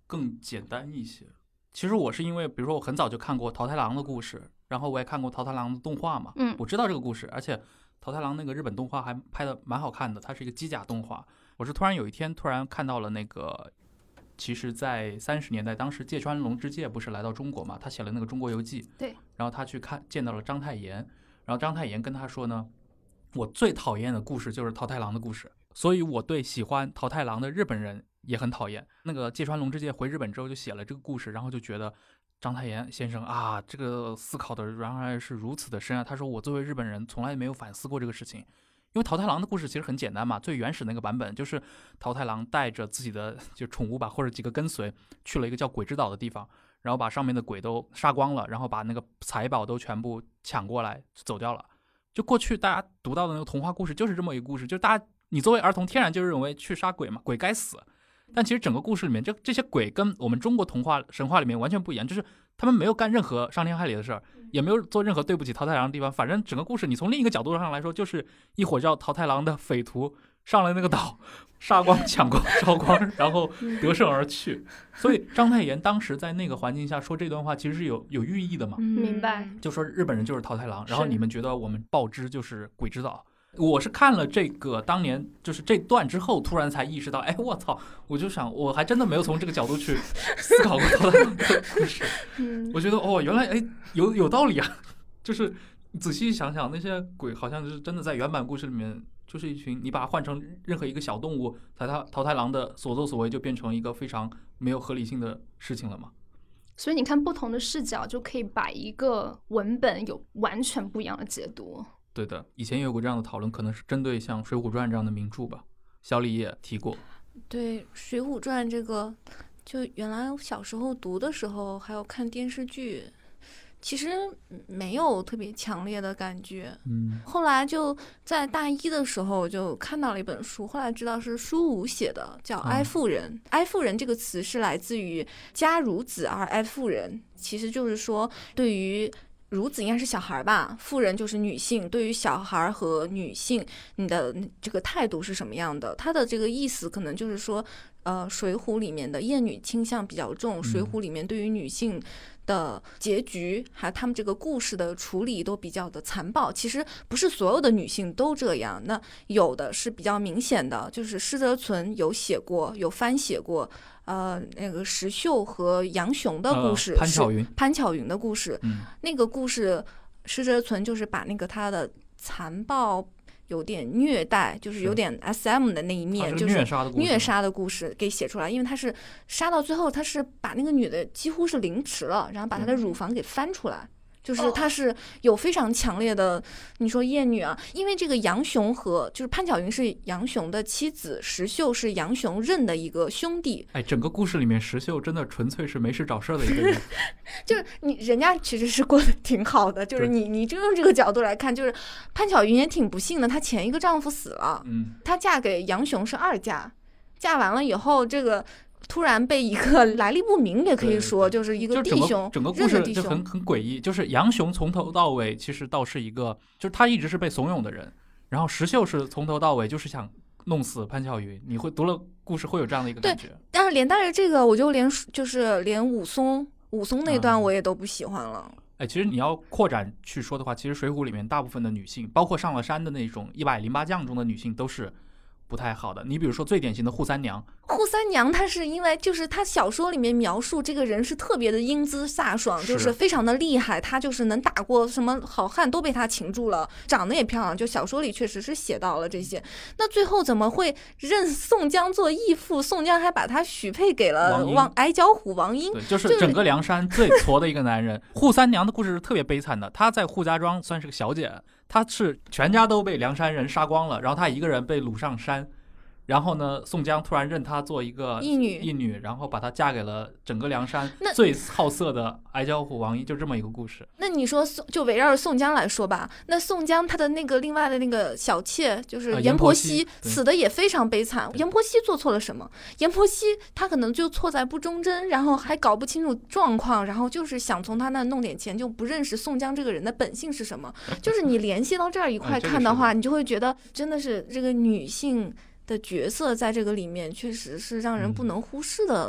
更简单一些。其实我是因为比如说我很早就看过桃太郎的故事，然后我也看过桃太郎的动画嘛，我知道这个故事，而且桃太郎那个日本动画还拍的蛮好看的，它是一个机甲动画。我是突然有一天看到了那个，其实在30年代，当时芥川龙之介不是来到中国嘛，他写了那个中国游记， 对， 然后他去见到了章太炎，然后章太炎跟他说呢，我最讨厌的故事就是桃太郎的故事，所以我对喜欢桃太郎的日本人也很讨厌。那个芥川龙之介回日本之后就写了这个故事，然后就觉得章太炎先生啊，这个思考的原来是如此的深啊。他说我作为日本人从来没有反思过这个事情，因为桃太郎的故事其实很简单嘛，最原始那个版本就是桃太郎带着自己的就宠物吧或者几个跟随去了一个叫鬼之岛的地方，然后把上面的鬼都杀光了，然后把那个财宝都全部抢过来走掉了。就过去大家读到的那个童话故事就是这么一个故事，就是你作为儿童天然就认为去杀鬼嘛，鬼该死。但其实整个故事里面这些鬼跟我们中国童话神话里面完全不一样，就是他们没有干任何伤天害理的事儿，也没有做任何对不起桃太郎的地方。反正整个故事你从另一个角度上来说，就是一伙叫桃太郎的匪徒上了那个岛，杀光抢光烧光，然后得胜而去。所以章太炎当时在那个环境下说这段话其实是有寓意的嘛。 明白， 就说日本人就是桃太郎，然后你们觉得我们报之就是鬼之岛。我是看了这个当年就是这段之后，突然才意识到，哎，我操！我就想，我还真的没有从这个角度去思考过桃太郎的故事。我觉得哦，原来哎有道理啊！就是仔细想想，那些鬼好像就是真的在原版故事里面，就是一群你把它换成任何一个小动物，桃太郎的所作所为就变成一个非常没有合理性的事情了嘛。 所以你看，不同的视角就可以把一个文本有完全不一样的解读。 对的，以前也有过这样的讨论，可能是针对像《水浒传》这样的名著吧。小李也提过。 对，《水浒传》这个，就原来我小时候读的时候，还有看电视剧，其实没有特别强烈的感觉。后来就在大一的时候就看到了一本书，后来知道是苏武写的，叫《哀妇人》。哀妇人这个词是来自于家孺子而哀妇人，其实就是说对于孺子应该是小孩吧，妇人就是女性，对于小孩和女性你的这个态度是什么样的，它的这个意思可能就是说水浒里面的厌女倾向比较重，水浒里面对于女性的结局还有他们这个故事的处理都比较的残暴。其实不是所有的女性都这样，那有的是比较明显的，就是施泽存有写过，有翻写过那个石秀和杨雄的故事，潘巧云的故事。那个故事施泽存就是把那个他的残暴有点虐待，就是有点 SM 的那一面，就是虐杀的故事给写出来。因为他是杀到最后，他是把那个女的几乎是凌迟了，然后把她的乳房给翻出来。就是他是有非常强烈的，你说厌女啊，因为这个杨雄和就是潘巧云是杨雄的妻子，石秀是杨雄认的一个兄弟。 哎，整个故事里面石秀真的纯粹是没事找事的一个人。 就是人家其实是过得挺好的，就是你就用这个角度来看，就是潘巧云也挺不幸的，她前一个丈夫死了，她嫁给杨雄是2嫁，嫁完了以后这个突然被一个来历不明，也可以说就是一个弟兄， 整个故事就很诡异。就是杨雄从头到尾其实倒是一个，就是他一直是被怂恿的人，然后石秀是从头到尾就是想弄死潘巧云。你会读了故事会有这样的一个感觉。 对，但是连带着这个，我就连武松那段我也都不喜欢了。 哎，其实你要扩展去说的话，其实水浒里面大部分的女性，包括上了山的那种108将中的女性，都是不太好的。你比如说最典型的扈三娘， 她是因为就是她小说里面描述这个人是特别的英姿飒爽，就是非常的厉害，她就是能打过什么好汉都被她擒住了，长得也漂亮，就小说里确实是写到了这些。那最后怎么会认宋江做义父？宋江还把他许配给了矮脚虎王英， 对，就是整个梁山最矬的一个男人。扈三娘的故事是特别悲惨的，她在扈家庄算是个小姐，她是全家都被梁山人杀光了，然后她一个人被掳上山，然后呢，宋江突然认她做一个义女，然后把她嫁给了整个梁山最好色的矮脚虎王一，就这么一个故事。 那你说就围绕着宋江来说吧，那宋江他的那个另外的那个小妾就是阎婆惜，死的也非常悲惨。阎婆惜做错了什么？阎婆惜他可能就错在不忠贞，然后还搞不清楚状况，然后就是想从他那弄点钱，就不认识宋江这个人的本性是什么。就是你联系到这儿一块看的话，你就会觉得真的是这个女性的角色在这个里面确实是让人不能忽视的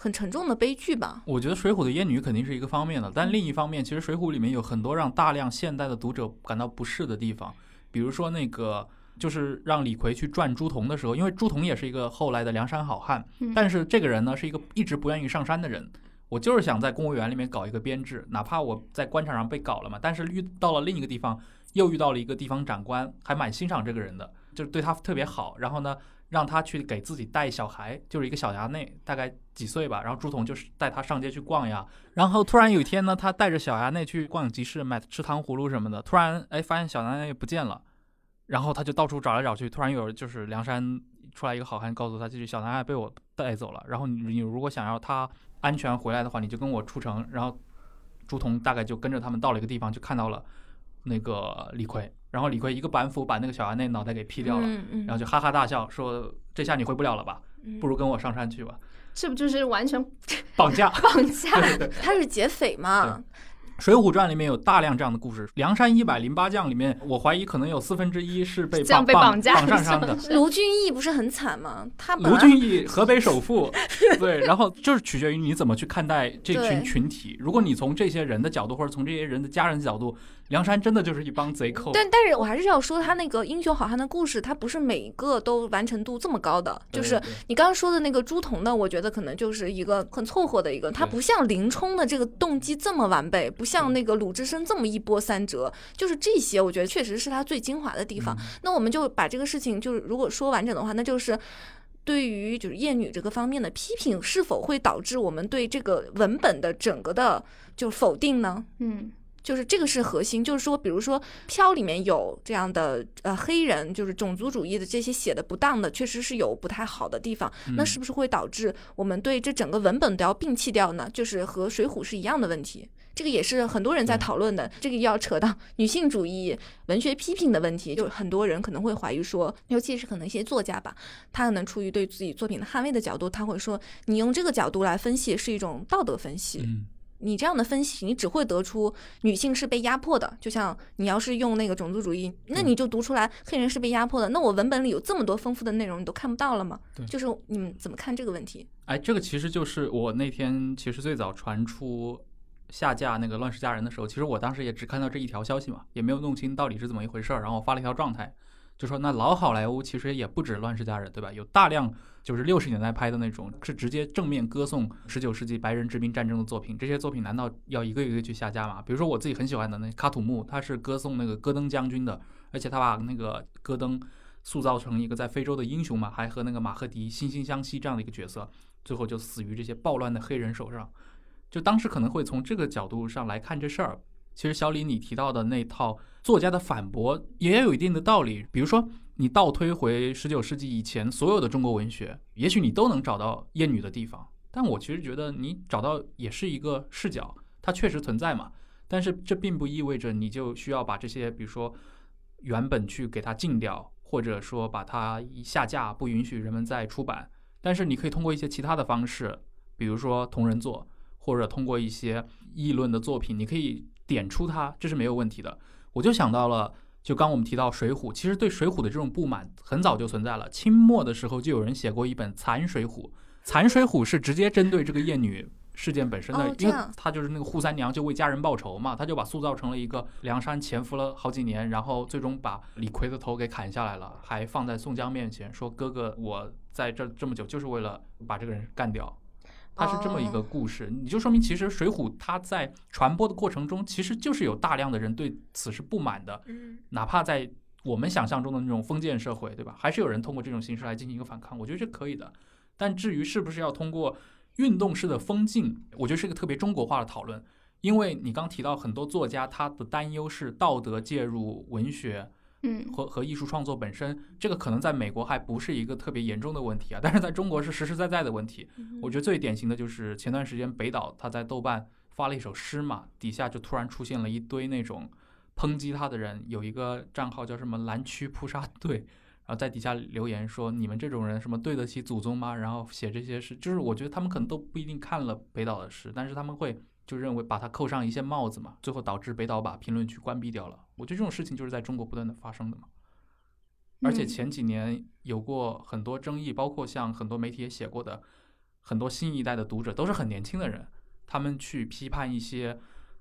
很沉重的悲剧吧。 我觉得《水浒》的艳女肯定是一个方面的，但另一方面，其实《水浒》里面有很多让大量现代的读者感到不适的地方，比如说那个就是让李逵去转朱仝的时候，因为朱仝也是一个后来的梁山好汉，但是这个人呢是一个一直不愿意上山的人。我就是想在公务员里面搞一个编制，哪怕我在官场上被搞了嘛，但是遇到了另一个地方，又遇到了一个地方长官，还蛮欣赏这个人的，就是对他特别好。然后呢，让他去给自己带小孩，就是一个小衙内，大概几岁吧。然后朱仝就是带他上街去逛呀。然后突然有一天呢，他带着小衙内去逛集市，吃糖葫芦什么的。突然发现小衙内不见了，然后他就到处找来找去。突然有就是梁山出来一个好汉，告诉他这小衙内被我带走了。然后你如果想要他安全回来的话，你就跟我出城。然后朱仝大概就跟着他们到了一个地方，就看到了那个李逵。然后李逵一个板斧把那个小衙内脑袋给劈掉了，然后就哈哈大笑说：“这下你回不了了吧？不如跟我上山去吧。” 这不就是完全绑架？ 绑架？ 对对对， 他是劫匪嘛。 《水浒传》里面有大量这样的故事，梁山108将里面，我怀疑可能有1/4是被绑上山的。 卢俊义不是很惨吗？ 卢俊义河北首富，对，然后就是取决于你怎么去看待这群群体。如果你从这些人的角度，或者从这些人的家人的角度，梁山真的就是一帮贼寇。 但是我还是要说，他那个英雄好汉的故事，他不是每一个都完成度这么高的。就是你刚刚说的那个朱仝的，我觉得可能就是一个很凑合的一个，他不像林冲的这个动机这么完备，不像那个鲁智深这么一波三折。就是这些，我觉得确实是他最精华的地方。那我们就把这个事情，就是如果说完整的话，那就是对于就是艳女这个方面的批评，是否会导致我们对这个文本的整个的就否定呢？就是这个是核心，就是说，比如说飘里面有这样的黑人，就是种族主义的这些写的不当的，确实是有不太好的地方。那是不是会导致我们对这整个文本都要摒弃掉呢？就是和水浒是一样的问题。这个也是很多人在讨论的，这个要扯到女性主义文学批评的问题，就很多人可能会怀疑说，尤其是可能一些作家吧，他可能出于对自己作品的捍卫的角度，他会说你用这个角度来分析是一种道德分析。你这样的分析，你只会得出女性是被压迫的。就像你要是用那个种族主义，那你就读出来黑人是被压迫的。那我文本里有这么多丰富的内容，你都看不到了吗？就是你们怎么看这个问题？ 这个其实就是我那天其实最早传出下架那个《乱世佳人》的时候，其实我当时也只看到这一条消息嘛，也没有弄清到底是怎么一回事。然后我发了一条状态，就说那老好莱坞其实也不止《乱世佳人》，对吧？有大量就是60年代拍的那种是直接正面歌颂19世纪白人殖民战争的作品，这些作品难道要一个一个去下架吗？比如说我自己很喜欢的那卡土木，他是歌颂那个戈登将军的，而且他把那个戈登塑造成一个在非洲的英雄嘛，还和那个马赫迪惺惺相惜这样的一个角色，最后就死于这些暴乱的黑人手上。就当时可能会从这个角度上来看这事儿。其实小李你提到的那套作家的反驳也有一定的道理，比如说你倒推回19世纪以前所有的中国文学，也许你都能找到艳女的地方，但我其实觉得你找到也是一个视角，它确实存在嘛。但是这并不意味着你就需要把这些比如说原本去给它禁掉，或者说把它下架，不允许人们再出版。但是你可以通过一些其他的方式，比如说同人作，或者通过一些议论的作品，你可以点出它，这是没有问题的。我就想到了，就刚我们提到水浒，其实对水浒的这种不满很早就存在了。清末的时候就有人写过一本残水浒，残水浒是直接针对这个艳女事件本身的，因为他就是那个扈三娘就为家人报仇嘛，他就把塑造成了一个梁山潜伏了好几年，然后最终把李逵的头给砍下来了，还放在宋江面前说哥哥我在这么久就是为了把这个人干掉。它是这么一个故事，你就说明其实水浒它在传播的过程中其实就是有大量的人对此是不满的，哪怕在我们想象中的那种封建社会，对吧，还是有人通过这种形式来进行一个反抗，我觉得是可以的。但至于是不是要通过运动式的封禁，我觉得是一个特别中国化的讨论。因为你刚提到很多作家他的担忧是道德介入文学和艺术创作本身，这个可能在美国还不是一个特别严重的问题啊，但是在中国是实实在在的问题。我觉得最典型的就是前段时间北岛他在豆瓣发了一首诗嘛，底下就突然出现了一堆那种抨击他的人，有一个账号叫什么蓝区扑杀队，然后在底下留言说你们这种人什么对得起祖宗吗？然后写这些诗，就是我觉得他们可能都不一定看了北岛的诗，但是他们会就认为把他扣上一些帽子嘛，最后导致北岛把评论区关闭掉了。我觉得这种事情就是在中国不断的发生的嘛。而且前几年有过很多争议，包括像很多媒体也写过的， 很多新一代的读者都是很年轻的人，他们去批判一些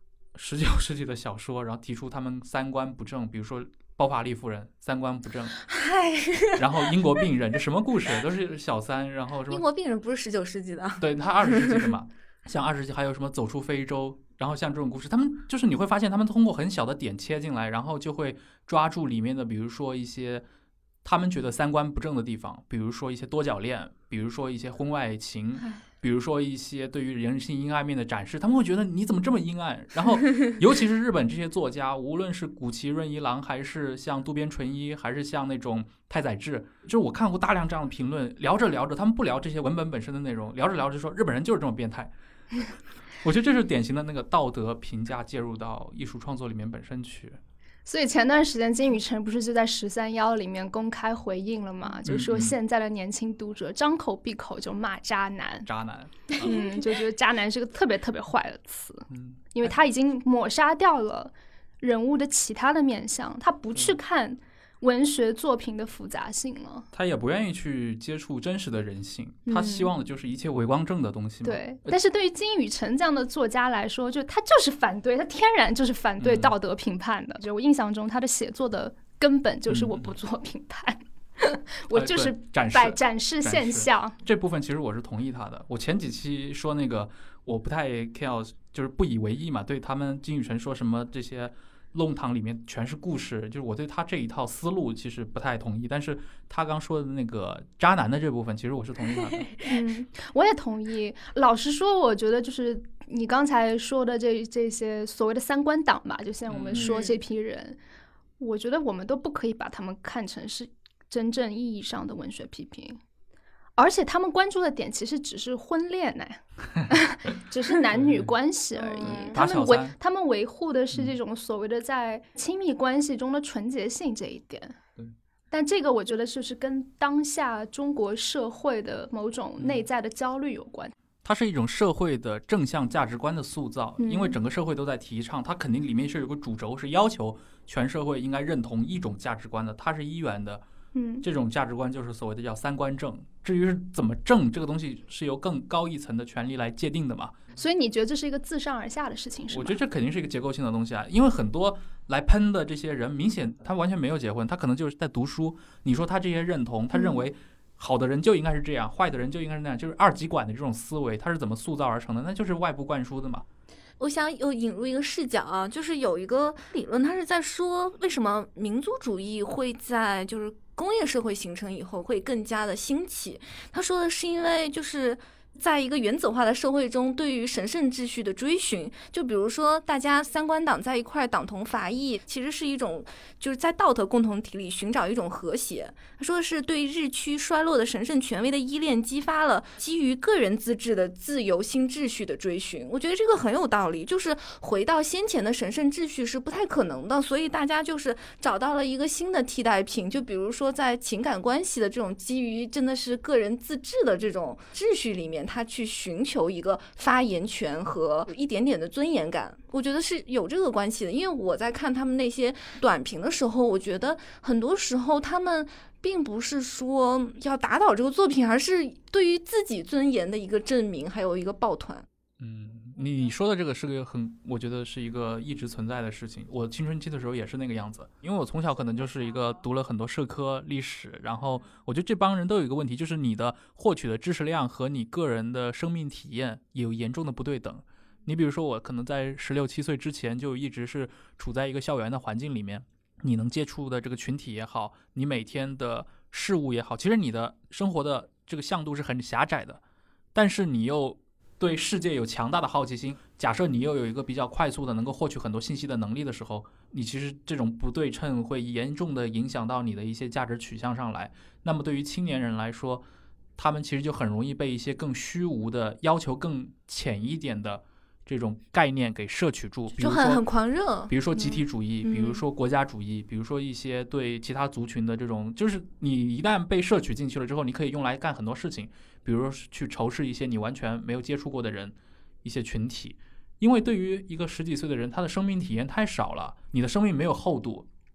19世纪的小说，然后提出他们三观不正，比如说包法利夫人三观不正，然后英国病人，这什么故事都是小三，然后什么英国病人不是19世纪的， 对，他20世纪的嘛，像20世纪还有什么走出非洲，然后像这种故事，他们就是你会发现他们通过很小的点切进来，然后就会抓住里面的，比如说一些他们觉得三观不正的地方，比如说一些多角恋，比如说一些婚外情，比如说一些对于人性阴暗面的展示，他们会觉得你怎么这么阴暗？然后尤其是日本这些作家，无论是谷崎润一郎，还是像渡边淳一，还是像那种太宰治，就是我看过大量这样的评论，聊着聊着，他们不聊这些文本本身的内容，聊着聊着说日本人就是这么变态。我觉得这是典型的那个道德评价介入到艺术创作里面本身去。 所以前段时间金宇澄不是就在13+里面公开回应了嘛，就说现在的年轻读者张口闭口就骂渣男，就觉得渣男是个特别特别坏的词，因为他已经抹杀掉了人物的其他的面向，他不去看文学作品的复杂性了， 他也不愿意去接触真实的人性，他希望的就是一切伪光正的东西嘛。 对，但是对于金宇澄这样的作家来说，就他就是反对，他天然就是反对道德评判的。就我印象中，他的写作的根本就是我不做评判，我就是展示现象。 这部分其实我是同意他的。我前几期说那个我不太 care， 就是不以为意嘛，对他们金宇澄说什么这些弄堂里面全是故事，就是我对他这一套思路其实不太同意，但是他刚说的那个渣男的这部分其实我是同意他的。 我也同意。老实说，我觉得就是你刚才说的这些所谓的三观党吧，就像我们说这批人，我觉得我们都不可以把他们看成是真正意义上的文学批评，而且他们关注的点其实只是婚恋只是男女关系而已。他们维护的是这种所谓的在亲密关系中的纯洁性这一点。但这个我觉得就是跟当下中国社会的某种内在的焦虑有关。 它是一种社会的正向价值观的塑造，因为整个社会都在提倡，它肯定里面是有个主轴，是要求全社会应该认同一种价值观的，它是一元的。这种价值观就是所谓的叫三观正。至于是怎么正，这个东西是由更高一层的权利来界定的嘛。 所以你觉得这是一个自上而下的事情是吗？ 我觉得这肯定是一个结构性的东西啊，因为很多来喷的这些人，明显他完全没有结婚，他可能就是在读书。你说他这些认同，他认为好的人就应该是这样，坏的人就应该是那样，就是二极管的这种思维，它是怎么塑造而成的？那就是外部灌输的嘛。 我想有引入一个视角啊，就是有一个理论，它是在说为什么民族主义会在就是工业社会形成以后会更加的兴起。他说的是因为就是在一个原子化的社会中，对于神圣秩序的追寻，就比如说大家三观党在一块党同伐异，其实是一种就是在道德共同体里寻找一种和谐。他说的是对日趋衰落的神圣权威的依恋，激发了基于个人自治的自由新秩序的追寻。我觉得这个很有道理，就是回到先前的神圣秩序是不太可能的，所以大家就是找到了一个新的替代品，就比如说在情感关系的这种基于真的是个人自治的这种秩序里面，他去寻求一个发言权和一点点的尊严感，我觉得是有这个关系的。因为我在看他们那些短评的时候，我觉得很多时候他们并不是说要打倒这个作品，而是对于自己尊严的一个证明，还有一个抱团。 你说的这个是个我觉得是一个一直存在的事情。我青春期的时候也是那个样子，因为我从小可能就是一个读了很多社科历史，然后我觉得这帮人都有一个问题，就是你的获取的知识量和你个人的生命体验有严重的不对等。你比如说我可能在16、17岁之前就一直是处在一个校园的环境里面，你能接触的这个群体也好，你每天的事物也好，其实你的生活的这个向度是很狭窄的，但是你又对世界有强大的好奇心，假设你又有一个比较快速的能够获取很多信息的能力的时候，你其实这种不对称会严重的影响到你的一些价值取向上来。那么对于青年人来说，他们其实就很容易被一些更虚无的要求更浅一点的这种概念给摄取住，比如说就很狂热， 比如说集体主义，比如说国家主义，比如说一些对其他族群的这种，就是你一旦被摄取进去了之后，你可以用来干很多事情，比如说去仇视一些你完全没有接触过的人，一些群体。因为对于一个10几岁的人，他的生命体验太少了，你的生命没有厚度，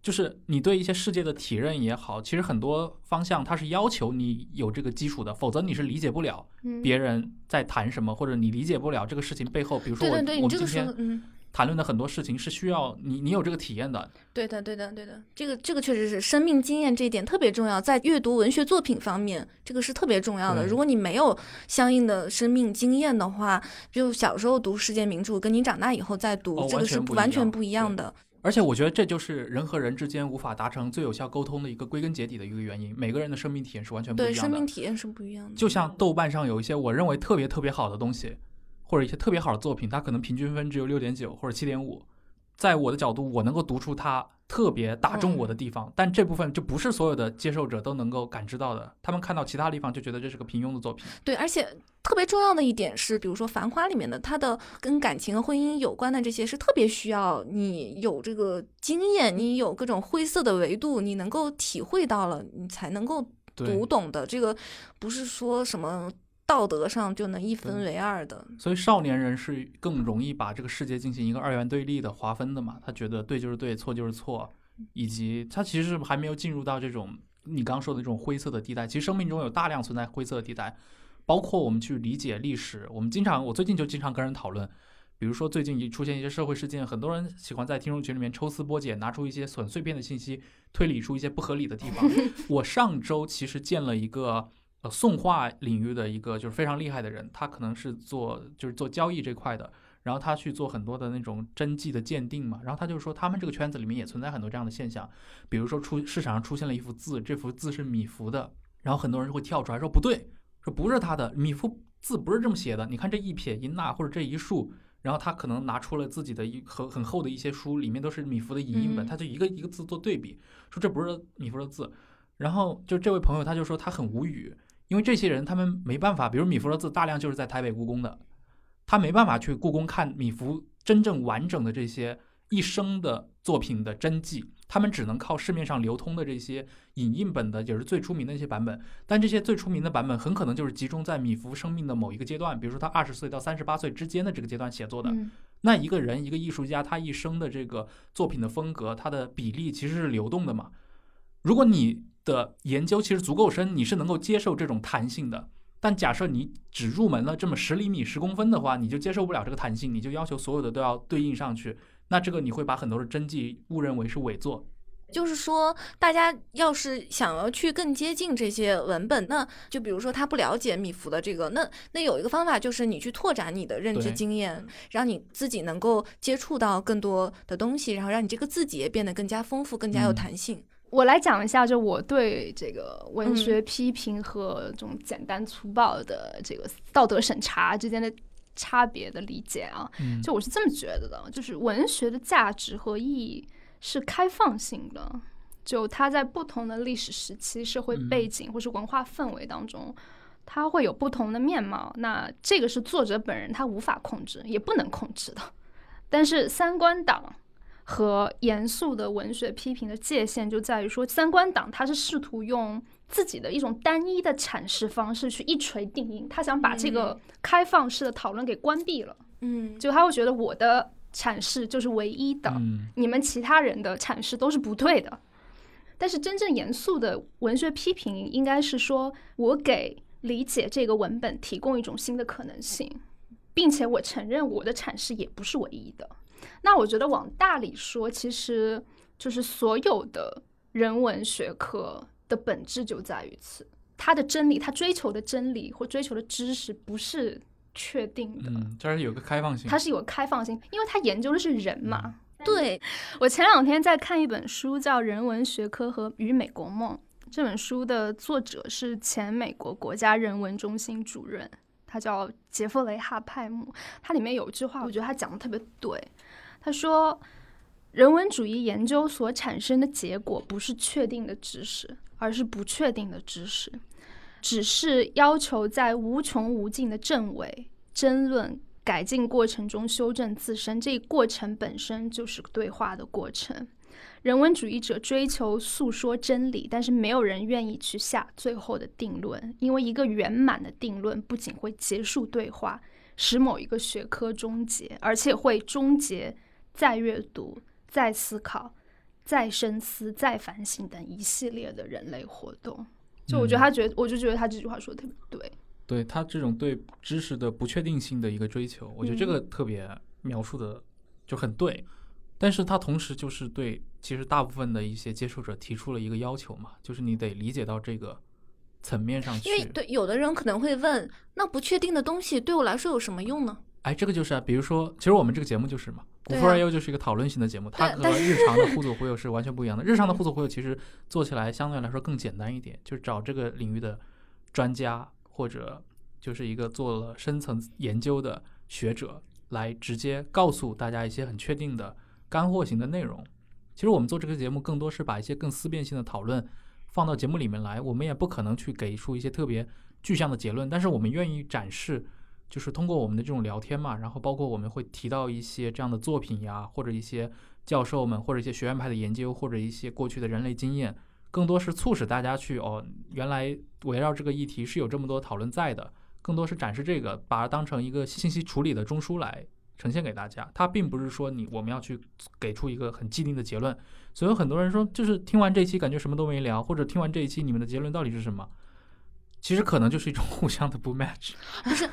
就是你对一些世界的体认也好，其实很多方向它是要求你有这个基础的，否则你是理解不了别人在谈什么，或者你理解不了这个事情背后，比如说我们今天谈论的很多事情是需要你有这个体验的。 对的，这个确实是生命经验这一点特别重要，在阅读文学作品方面，这个是特别重要的。如果你没有相应的生命经验的话，就小时候读世界名著，跟你长大以后再读，这个是完全不一样的。 而且我觉得这就是人和人之间无法达成最有效沟通的一个归根结底的一个原因。每个人的生命体验是完全不一样的。 对，生命体验是不一样的。 就像豆瓣上有一些我认为特别特别好的东西，或者一些特别好的作品，它可能平均分只有 6.9 或者 7.5， 在我的角度我能够读出它特别打中我的地方，但这部分就不是所有的接受者都能够感知到的，他们看到其他地方就觉得这是个平庸的作品。 对，而且特别重要的一点是，比如说《繁花》里面的它的跟感情和婚姻有关的这些是特别需要你有这个经验，你有各种灰色的维度，你能够体会到了，你才能够读懂的。这个不是说什么道德上就能一分为二的。 所以少年人是更容易把这个世界进行一个二元对立的划分的嘛，他觉得对就是对，错就是错，以及他其实还没有进入到这种你刚刚说的这种灰色的地带。其实生命中有大量存在灰色的地带，包括我们去理解历史，我最近就经常跟人讨论，比如说最近出现一些社会事件，很多人喜欢在听众群里面抽丝剥茧，拿出一些很碎片的信息，推理出一些不合理的地方。我上周其实见了一个宋画领域的一个就是非常厉害的人，他可能是做交易这块的，然后他去做很多的那种真迹的鉴定嘛，然后他就说他们这个圈子里面也存在很多这样的现象，比如说市场上出现了一幅字，这幅字是米芾的，然后很多人会跳出来说不对，说不是他的，米芾字不是这么写的，你看这一撇一捺或者这一竖，然后他可能拿出了自己的很厚的一些书，里面都是米芾的影印本，他就一个一个字做对比，说这不是米芾的字。然后就这位朋友他就说他很无语，因为这些人他们没办法，比如米芾的字大量就是在台北故宫的，他没办法去故宫看米芾真正完整的这些一生的作品的真迹，他们只能靠市面上流通的这些影印本的，也是最出名的一些版本。但这些最出名的版本很可能就是集中在米芾生命的某一个阶段，比如说他20岁到38岁之间的这个阶段写作的。那一个人一个艺术家他一生的这个作品的风格，他的比例其实是流动的嘛。如果你的研究其实足够深，你是能够接受这种弹性的。但假设你只入门了这么10厘米10公分的话，你就接受不了这个弹性，你就要求所有的都要对应上去，那这个你会把很多的真迹误认为是伪作。 就是说大家要是想要去更接近这些文本，那就比如说他不了解米芾的这个，那有一个方法就是你去拓展你的认知经验，让你自己能够接触到更多的东西，然后让你这个字节变得更加丰富更加有弹性。 我来讲一下，就我对这个文学批评和这种简单粗暴的这个道德审查之间的差别的理解啊，就我是这么觉得的，就是文学的价值和意义是开放性的，就它在不同的历史时期、社会背景或是文化氛围当中，它会有不同的面貌。那这个是作者本人他无法控制，也不能控制的。但是三观党和严肃的文学批评的界限就在于说，三观党他是试图用自己的一种单一的阐释方式去一锤定音，他想把这个开放式的讨论给关闭了。就他会觉得我的阐释就是唯一的，你们其他人的阐释都是不对的。但是真正严肃的文学批评应该是说，我给理解这个文本提供一种新的可能性，并且我承认我的阐释也不是唯一的。那我觉得往大里说，其实就是所有的人文学科的本质就在于此，它的真理，它追求的真理或追求的知识不是确定的， 这是有个开放性， 它是有开放性，因为它研究的是人嘛。 对， 我前2天在看一本书叫《人文学科与美国梦》，这本书的作者是前美国国家人文中心主任，他叫杰弗雷·哈派姆。他里面有一句话，我觉得他讲的特别对。他说，人文主义研究所产生的结果不是确定的知识，而是不确定的知识，只是要求在无穷无尽的证伪、争论、改进过程中修正自身，这一过程本身就是对话的过程。人文主义者追求诉说真理，但是没有人愿意去下最后的定论，因为一个圆满的定论不仅会结束对话，使某一个学科终结，而且会终结再阅读、再思考、 再深思、再反省等一系列的人类活动。就我觉得我就觉得他这句话说的特别对。 对，他这种对知识的不确定性的一个追求，我觉得这个特别描述的就很对。但是他同时就是对其实大部分的一些接受者提出了一个要求嘛，就是你得理解到这个层面上去。 因为对有的人可能会问，那不确定的东西对我来说有什么用呢？ 这个就是比如说，其实我们这个节目就是嘛，古富而优就是一个讨论型的节目，它和日常的忽左忽右是完全不一样的。日常的忽左忽右其实做起来相对来说更简单一点，就是找这个领域的专家或者就是一个做了深层研究的学者来直接告诉大家一些很确定的干货型的内容。其实我们做这个节目更多是把一些更思辨性的讨论放到节目里面来，我们也不可能去给出一些特别具象的结论，但是我们愿意展示，就是通过我们的这种聊天嘛，然后包括我们会提到一些这样的作品呀，或者一些教授们，或者一些学院派的研究，或者一些过去的人类经验，更多是促使大家去原来围绕这个议题是有这么多讨论在的，更多是展示这个，把它当成一个信息处理的中枢来呈现给大家。它并不是说我们要去给出一个很既定的结论。所以有很多人说，就是听完这一期感觉什么都没聊，或者听完这一期你们的结论到底是什么？其实可能就是一种互相的不 match。 不是，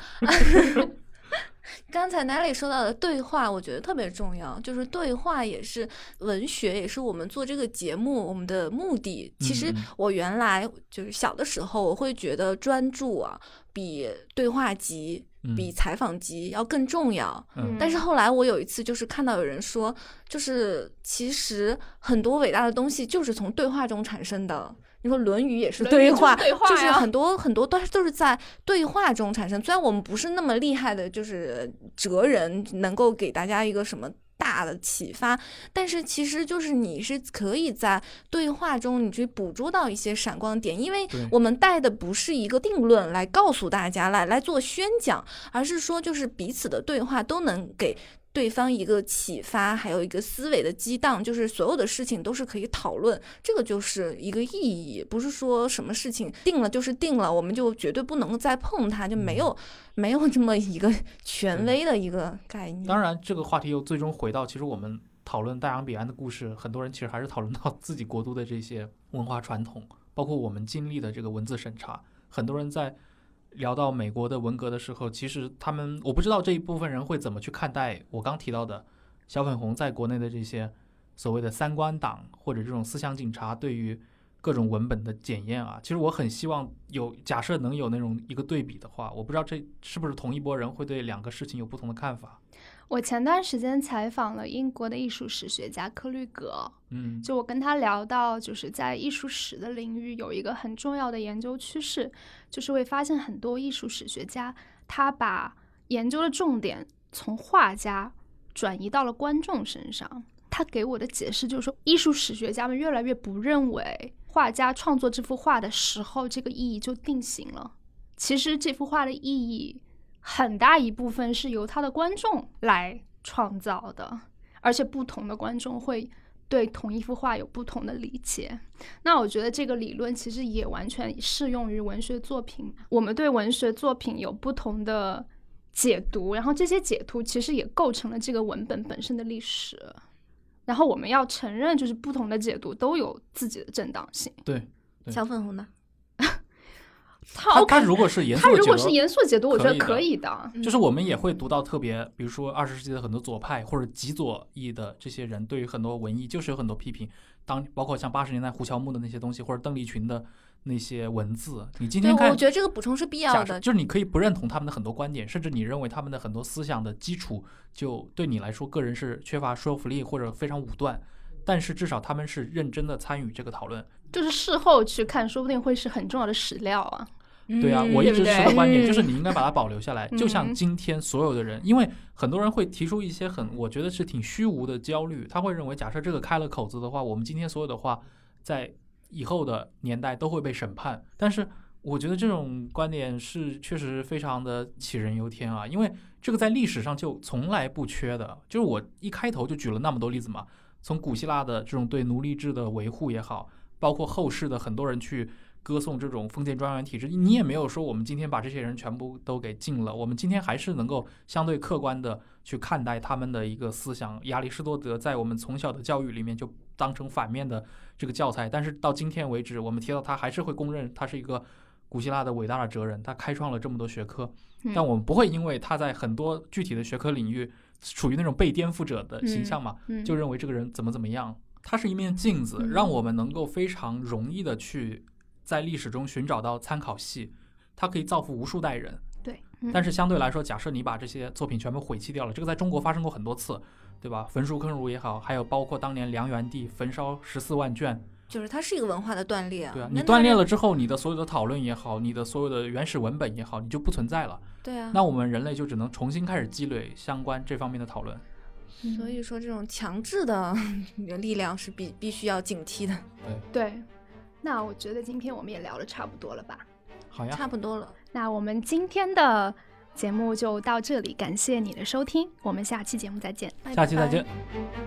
刚才 Nelly 说到的对话，我觉得特别重要。就是对话也是文学，也是我们做这个节目我们的目的。其实我原来就是小的时候，我会觉得专注啊，比对话集、比采访集要更重要。但是后来我有一次就是看到有人说，就是其实很多伟大的东西就是从对话中产生的。你说《论语》也是对话，就是很多很多都是在对话中产生。虽然我们不是那么厉害的，就是哲人，能够给大家一个什么大的启发，但是其实就是你是可以在对话中你去捕捉到一些闪光点，因为我们带的不是一个定论来告诉大家来做宣讲，而是说就是彼此的对话都能给对方一个启发，还有一个思维的激荡，就是所有的事情都是可以讨论，这个就是一个意义，不是说什么事情定了就是定了，我们就绝对不能再碰它，就没有这么一个权威的一个概念。 当然这个话题又最终回到，其实我们讨论大洋彼岸的故事，很多人其实还是讨论到自己国度的这些文化传统，包括我们经历的这个文字审查。很多人在聊到美国的文革的时候，其实我不知道这一部分人会怎么去看待我刚提到的小粉红在国内的这些所谓的三观党或者这种思想警察对于各种文本的检验啊。其实我很希望假设能有那种一个对比的话，我不知道这是不是同一拨人会对两个事情有不同的看法。 我前段时间采访了英国的艺术史学家克律格，就我跟他聊到，就是在艺术史的领域有一个很重要的研究趋势，就是会发现很多艺术史学家他把研究的重点从画家转移到了观众身上。他给我的解释就是说，艺术史学家们越来越不认为画家创作这幅画的时候这个意义就定型了，其实这幅画的意义很大一部分是由他的观众来创造的，而且不同的观众会对同一幅画有不同的理解。那我觉得这个理论其实也完全适用于文学作品，我们对文学作品有不同的解读，然后这些解读其实也构成了这个文本本身的历史，然后我们要承认就是不同的解读都有自己的正当性。 对， 小粉红呢？ 他如果是严肃解读，我觉得可以的。 就是我们也会读到特别，比如说20世纪的很多左派或者极左翼的这些人，对于很多文艺就是有很多批评。包括像80年代胡乔木的那些东西，或者邓丽群的那些文字，你今天看， 我觉得这个补充是必要的。 就是你可以不认同他们的很多观点，甚至你认为他们的很多思想的基础就对你来说个人是缺乏说服力或者非常武断，但是至少他们是认真的参与这个讨论。 就是事后去看，说不定会是很重要的史料啊。 对啊，我一直持的观点就是你应该把它保留下来。就像今天所有的人，因为很多人会提出一些我觉得是挺虚无的焦虑，他会认为假设这个开了口子的话，我们今天所有的话在以后的年代都会被审判。但是我觉得这种观点是确实非常的杞人忧天啊，因为这个在历史上就从来不缺的。就是我一开头就举了那么多例子嘛，从古希腊的这种对奴隶制的维护也好，包括后世的很多人去歌颂这种封建庄园体制，你也没有说我们今天把这些人全部都给禁了，我们今天还是能够相对客观的去看待他们的一个思想。亚里士多德在我们从小的教育里面就当成反面的这个教材，但是到今天为止，我们提到他还是会公认他是一个古希腊的伟大的哲人，他开创了这么多学科，但我们不会因为他在很多具体的学科领域处于那种被颠覆者的形象嘛，就认为这个人怎么样。他是一面镜子，让我们能够非常容易的去在历史中寻找到参考系，它可以造福无数代人。 对， 但是相对来说，假设你把这些作品全部毁弃掉了，这个在中国发生过很多次，对吧？焚书坑儒也好，还有包括当年梁元帝焚烧14万卷， 就是它是一个文化的断裂啊。 对啊，你断裂了之后，你的所有的讨论也好，你的所有的原始文本也好，你就不存在了。 对啊， 那我们人类就只能重新开始积累相关这方面的讨论。 所以说这种强制的力量是必须要警惕的。 对，那我觉得今天我们也聊得差不多了吧？ 好呀， 差不多了。 那我们今天的节目就到这里，感谢你的收听，我们下期节目再见， 下期再见。 拜拜。